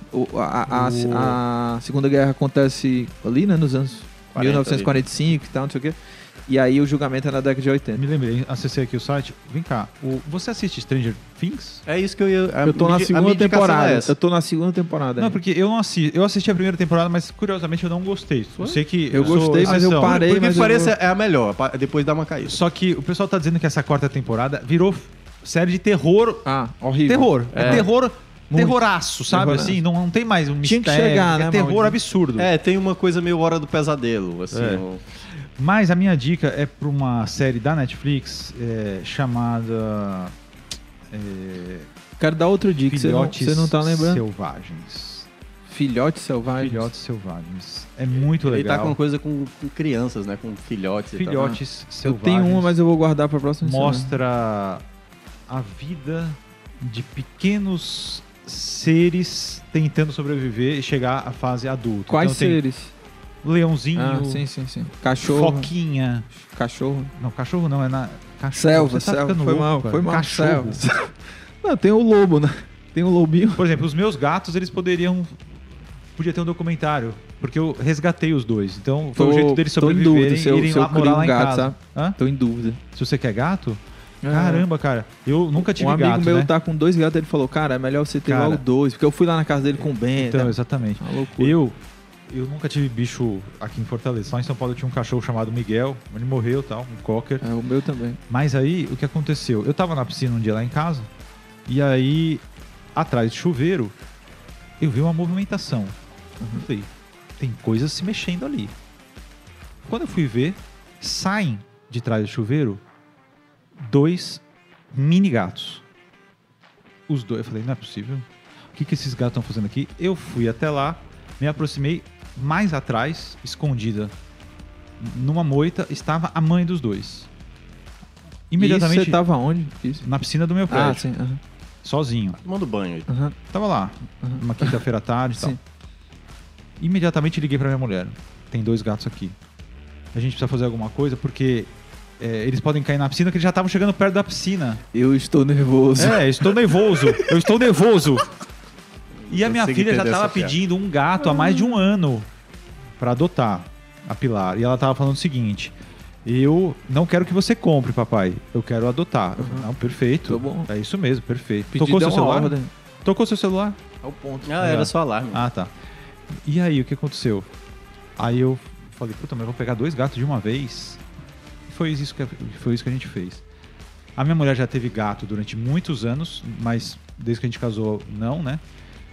A: A Segunda Guerra acontece ali, né? Nos anos
D: 40
A: 1945 e tal, não sei o quê. E aí o julgamento é na década de 80.
C: Me lembrei, acessei aqui o site. Vem cá, você assiste Stranger Things?
D: É isso que eu ia...
A: Eu tô na segunda temporada.
D: essa.
A: Eu tô na segunda temporada.
C: Não,
A: ainda.
C: porque eu não assisti. Eu assisti a primeira temporada, mas curiosamente eu não gostei. Eu sei que
A: Eu
C: sou
A: gostei, mas eu
C: exceção.
A: parei.
D: Porque
A: mas
D: que
A: eu
D: pareça
A: vou-
D: é a melhor, depois dá uma caída.
C: Só que o pessoal tá dizendo que essa quarta temporada virou série de terror.
A: Horrível.
C: Terror. É terror.
A: Muito.
C: Terroraço, sabe?
A: Terroraço.
C: Assim, não tem mais um
A: Tinha
C: mistério.
A: que chegar, né,
C: É terror
A: Maurício?
C: absurdo.
D: Tem uma coisa meio Hora do Pesadelo, assim.
C: É. Mas a minha dica é pra uma série da Netflix chamada
A: Quero dar outra dica,
C: Filhotes
A: você não tá lembrando?
C: Selvagens.
A: Filhotes Selvagens.
C: Filhotes Selvagens. É muito
D: Ele
C: legal.
D: tá com coisa com crianças, né? Com filhotes e tal.
C: Filhotes
A: Eu
C: Selvagens.
A: tenho uma, mas eu vou guardar pra próxima semana.
C: Mostra a vida de pequenos seres tentando sobreviver e chegar à fase adulta.
A: Quais
C: então, tem
A: seres?
C: leãozinho,
A: Sim. Cachorro.
C: foquinha.
A: Cachorro.
C: Não, cachorro não, é na... Cachorro.
A: Selva,
C: Você tá
A: selva.
C: ficando
A: Foi
C: louco,
A: mal,
C: cara.
A: foi mal.
C: Cachorro.
A: Selva. Não, tem o lobo, né? Tem o lobinho.
C: Por exemplo, os meus gatos, eles poderiam... Podia ter um documentário, porque eu resgatei os dois. Então, foi o jeito deles
A: tô em dúvida
C: sobreviverem
A: se
C: e
A: eu-
C: irem
A: se eu
C: lá
A: crio
C: morar
A: um
C: lá em
A: gato,
C: casa.
A: sabe?
C: Hã?
A: Tô em dúvida.
C: Se você quer gato? Caramba, cara. Eu nunca tive
A: Um amigo
C: gato,
A: meu
C: né?
A: tá com 2 gatos, ele falou, cara, é melhor você ter
C: Cara,
A: logo 2, porque eu fui lá na casa dele com o Ben.
C: Então,
A: né?
C: exatamente.
A: Uma loucura.
C: Eu nunca tive bicho aqui em Fortaleza. Só em São Paulo eu tinha um cachorro chamado Miguel. Ele morreu, tal, um cocker.
A: O meu também.
C: Mas aí, o que aconteceu? Eu tava na piscina um dia lá em casa. E aí, atrás do chuveiro, eu vi uma movimentação. Eu falei, tem coisas se mexendo ali. Quando eu fui ver, saem de trás do chuveiro 2 mini gatos. Os dois, eu falei, não é possível. O que esses gatos estão fazendo aqui? Eu fui até lá, me aproximei, mais atrás, escondida numa moita, estava a mãe dos dois. Imediatamente,
A: E você tava onde? Isso.
C: na piscina do meu prédio,
A: sim. Aham.
C: sozinho.
D: Tomando banho aí.
A: Aham.
C: Tava lá, uma quinta-feira à tarde e tal.
A: Sim.
C: Imediatamente liguei pra minha mulher. Tem 2 gatos aqui. A gente precisa fazer alguma coisa, porque eles podem cair na piscina, porque eles já estavam chegando perto da piscina.
A: Eu estou nervoso.
C: Estou nervoso. Eu estou nervoso. E a minha
D: Consigo
C: filha já
D: entender
C: estava
D: essa piada.
C: pedindo um gato há mais de um ano pra adotar, a Pilar. E ela tava falando o seguinte: eu não quero que você compre, papai. Eu quero adotar. Eu falei, não, perfeito.
A: Tá bom.
C: É isso mesmo, perfeito.
A: Pedido
C: Tocou
A: é
C: seu
A: uma
C: celular?
A: ordem.
C: Tocou seu celular?
A: Ao ponto.
D: Era só alarme.
C: Ah, tá. E aí, o que aconteceu? Aí eu falei, puta, mas eu vou pegar 2 gatos de uma vez. E foi isso que a gente fez. A minha mulher já teve gato durante muitos anos, mas desde que a gente casou, não, né?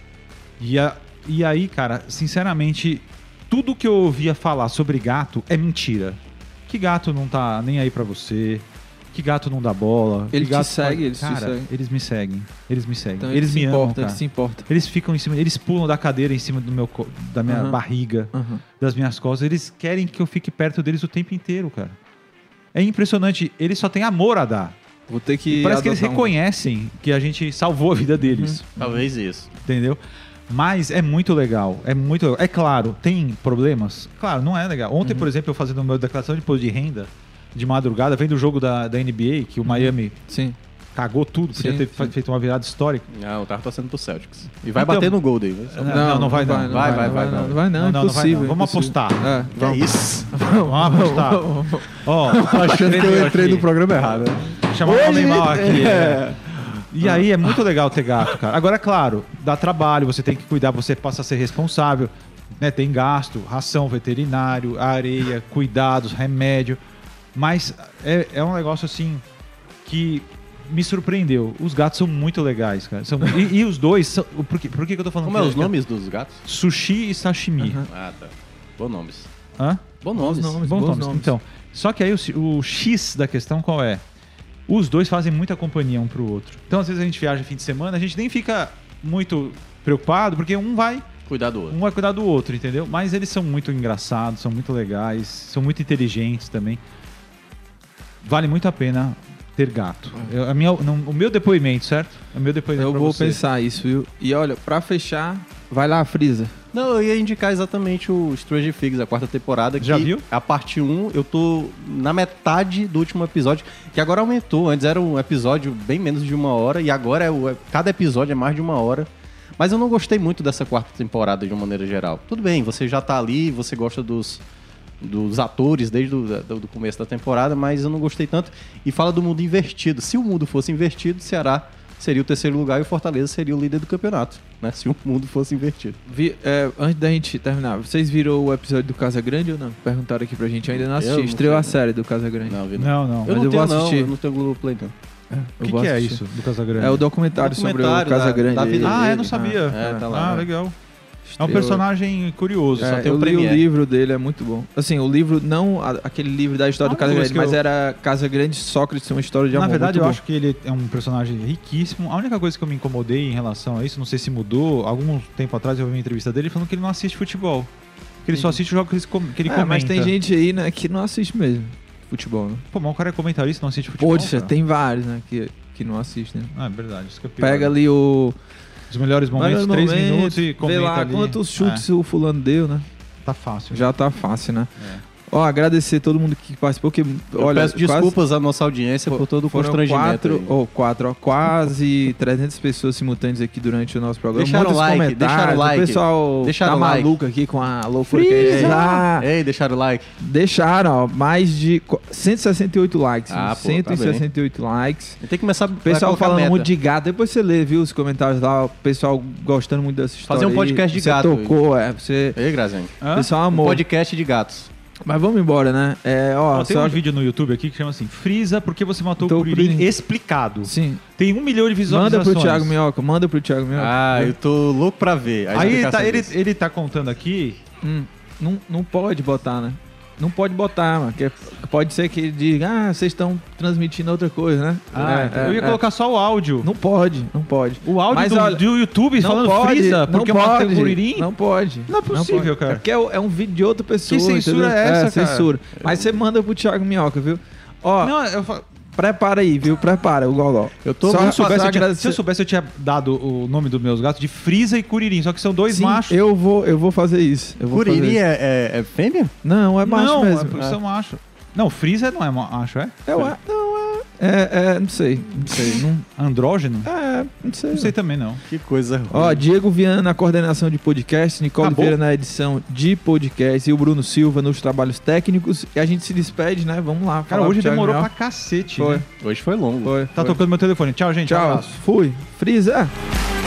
C: E aí, cara, sinceramente, tudo que eu ouvia falar sobre gato é mentira. Que gato não tá nem aí pra você, que gato não dá bola.
A: Ele
C: que gato
A: te segue, eles te
C: cara,
A: seguem.
C: eles me seguem. Eles me seguem.
A: Então
C: eles me amam,
A: importam,
C: cara.
A: eles se importam.
C: Eles ficam em cima, eles pulam da cadeira em cima da minha
A: Aham.
C: barriga,
A: Aham.
C: das minhas costas. Eles querem que eu fique perto deles o tempo inteiro, cara. É impressionante. Eles só têm amor a dar.
A: Vou ter que
C: E parece que eles
A: adotar um.
C: reconhecem que a gente salvou a vida deles.
D: Talvez isso.
C: Entendeu? Mas é muito legal. É muito legal. É claro, tem problemas? Claro, não é legal. Ontem, por exemplo, eu fazendo uma declaração de imposto de renda de madrugada, vem do jogo da NBA, que o Miami
A: Sim.
C: cagou tudo, podia
A: Sim,
C: ter
A: sim.
C: feito uma virada histórica.
D: Não, eu tava torcendo pro Celtics. E vai
C: Então-
D: bater no Golden.
C: Não vai não.
D: Vai,
A: Não vai não,
C: Não vai
A: impossível.
C: não. Vamos
A: impossível.
C: apostar.
A: É,
D: Que
A: vamos.
D: isso?
C: Vamos apostar. Ó,
D: Achando que eu entrei
C: aqui.
D: no programa errado.
C: Chamar o homem mal aqui. E aí é muito legal ter gato, cara. Agora, claro, dá trabalho, você tem que cuidar, você passa a ser responsável, né? Tem gasto, ração, veterinário, areia, cuidados, remédio. Mas é um negócio assim que me surpreendeu. Os gatos são muito legais, cara. E os dois são. Por que eu tô falando
D: Como é
C: que
D: os nomes dos gatos?
C: Sushi e sashimi.
A: Aham.
D: Ah, tá. Bons nomes.
C: Hã?
D: Bons nomes.
A: nomes.
C: Bons
A: Bons
C: nomes.
A: nomes.
C: Então, só que aí o X da questão qual é? Os dois fazem muita companhia um pro outro. Então, às vezes a gente viaja fim de semana, a gente nem fica muito preocupado, porque um vai
D: Cuidar do outro.
C: Um vai cuidar do outro, entendeu? Mas eles são muito engraçados, são muito legais, são muito inteligentes também. Vale muito a pena ter gato. O meu depoimento, certo? O meu depoimento
A: Eu
C: pra
A: vou
C: você.
A: pensar isso, viu? E olha, pra fechar, vai lá, Freeza.
D: Não, eu ia indicar exatamente o Stranger Things, a 4ª temporada.
C: Já
D: que
C: viu?
D: A parte 1, eu tô na metade do último episódio, que agora aumentou. Antes era um episódio bem menos de 1 hora, e agora cada episódio é mais de 1 hora. Mas eu não gostei muito dessa 4ª temporada de uma maneira geral. Tudo bem, você já tá ali, você gosta dos atores desde do começo da temporada, mas eu não gostei tanto. E fala do mundo invertido. Se o mundo fosse invertido, o Ceará seria o 3º lugar e o Fortaleza seria o líder do campeonato, né? Se o mundo fosse invertido.
A: Antes da gente terminar, vocês viram o episódio do Casa Grande ou não? Perguntaram aqui pra gente, eu ainda não assisti.
D: Eu não
A: Estreou
D: sei.
A: a série do Casa Grande.
D: Não, vi
C: Não.
D: Eu
A: Mas
D: não
A: eu
D: tenho,
A: vou assistir.
D: eu não tenho Globoplay, não.
C: O que é isso do Casagrande?
A: É o documentário sobre o
D: Documentário
A: Casa
D: da-
A: Grande.
D: da vida
C: Ah,
D: dele.
C: eu não sabia.
D: Tá lá.
C: Ah, legal. É um
A: Estreou-
C: personagem curioso.
D: só tem
A: eu
D: o
A: li o
D: Premiere.
A: livro dele, é muito bom. Assim, o livro, não aquele livro da história
C: Ah,
A: do Casa
C: mas
A: Grande,
C: que
A: mas
C: eu-
A: era Casa Grande Sócrates, uma história de
C: Na
A: amor.
C: verdade,
A: muito
C: eu
A: bom.
C: acho que ele é um personagem riquíssimo. A única coisa que eu me incomodei em relação a isso, não sei se mudou, algum tempo atrás eu vi uma entrevista dele falando que ele não assiste futebol. Que ele só assiste os jogos que ele comenta.
A: Mas tem gente aí, né, que não assiste mesmo futebol, né?
C: Pô, mas o cara é comentarista, não assiste futebol.
A: Poxa,
C: cara.
A: tem vários, né, que não assistem.
C: Ah, é verdade. Isso que é pior.
A: Pega ali o...
C: Os melhores momentos, 3 minutos e
A: vê
C: comenta
A: lá
C: ali.
A: quantos chutes o fulano deu, né?
C: Tá fácil.
A: Já tá fácil, né?
C: É.
A: Ó, agradecer todo mundo que participou, que,
D: Eu
A: olha,
D: peço desculpas à nossa audiência por todo o
A: foram
D: constrangimento.
A: quase 300 pessoas simultâneas aqui durante o nosso programa.
D: Deixaram
A: Muitos
D: like,
A: comentários,
D: deixaram like,
A: o pessoal
D: deixaram
A: tá
D: like.
A: maluco aqui com a loucura que a gente tá.
D: Ei, deixaram o like.
A: Deixaram, ó, mais de 168 likes.
D: Ah, pô,
A: 168 likes.
D: Tem que começar a
A: O pessoal
D: colocar
A: falando
D: meta.
A: muito de gato. Depois você lê, viu, os comentários lá. O pessoal gostando muito dessa história.
D: Fazer um podcast
A: aí.
D: de gato.
A: Você tocou, você...
D: Ei, Graziani.
A: O
C: Hã?
A: pessoal
D: Um
A: amou.
D: podcast de gatos.
A: Mas vamos embora, né?
C: Ó, tem
A: só...
C: um vídeo no YouTube aqui que chama assim: Frisa porque você matou
A: Matou
C: o
A: o
C: Kuririn
A: Kuririn.
C: explicado.
A: Sim.
C: Tem 1 milhão de
A: Manda
C: visualizações.
A: pro Thiago Minhoca.
D: Ah, eu tô louco pra ver. a
C: Aí
D: explicação
C: tá,
D: disso.
C: ele tá contando aqui.
A: Não pode botar, né? Não pode botar, mano. Pode ser que ele diga, vocês estão transmitindo outra coisa, né?
C: Eu ia colocar só o áudio.
A: Não pode, não pode.
C: O áudio
A: Mas
C: do,
A: olha,
C: do YouTube
A: não
C: falando
A: pode,
C: Frisa
A: não
C: porque eu matei o
A: pode,
C: Kuririn.
A: não pode.
C: Não é possível,
A: pode.
C: cara.
A: É porque é um vídeo de outra pessoa.
C: Que censura
A: entendeu?
C: é essa, cara?
A: Censura. Mas você manda pro Thiago Minhoca, viu? Ó,
C: Não, eu falo.
A: prepara aí, viu? Prepara o Gogó.
D: Eu tô
A: Só
D: muito
C: Se eu soubesse,
A: agradecer-
C: se eu soubesse, eu tinha dado o nome dos meus gatos de Frisa e Kuririn. Só que são dois
A: Sim,
C: machos.
A: eu vou fazer isso. Eu vou fazer
D: Kuririn
A: isso.
D: é fêmea?
A: Não, é macho
C: não,
A: mesmo.
C: é porque são macho. Não, Frisa não é macho, é?
A: Não sei. Não,
C: Andrógeno?
A: não sei.
C: Não sei também, não.
D: Que coisa ruim.
A: Ó, Diego Viana na coordenação de podcast, Nicole
C: Acabou?
A: Oliveira na edição de podcast e o Bruno Silva nos trabalhos técnicos. E a gente se despede, né? Vamos lá.
C: Cara,
A: falar
C: hoje
A: pro Thiago
C: demorou pra
A: Minhoca.
C: cacete,
A: Foi.
C: né?
D: Hoje foi longo.
A: Foi.
C: Tá tocando meu telefone. Tchau, gente.
A: Tchau.
C: Abraço.
A: Fui. Freeza.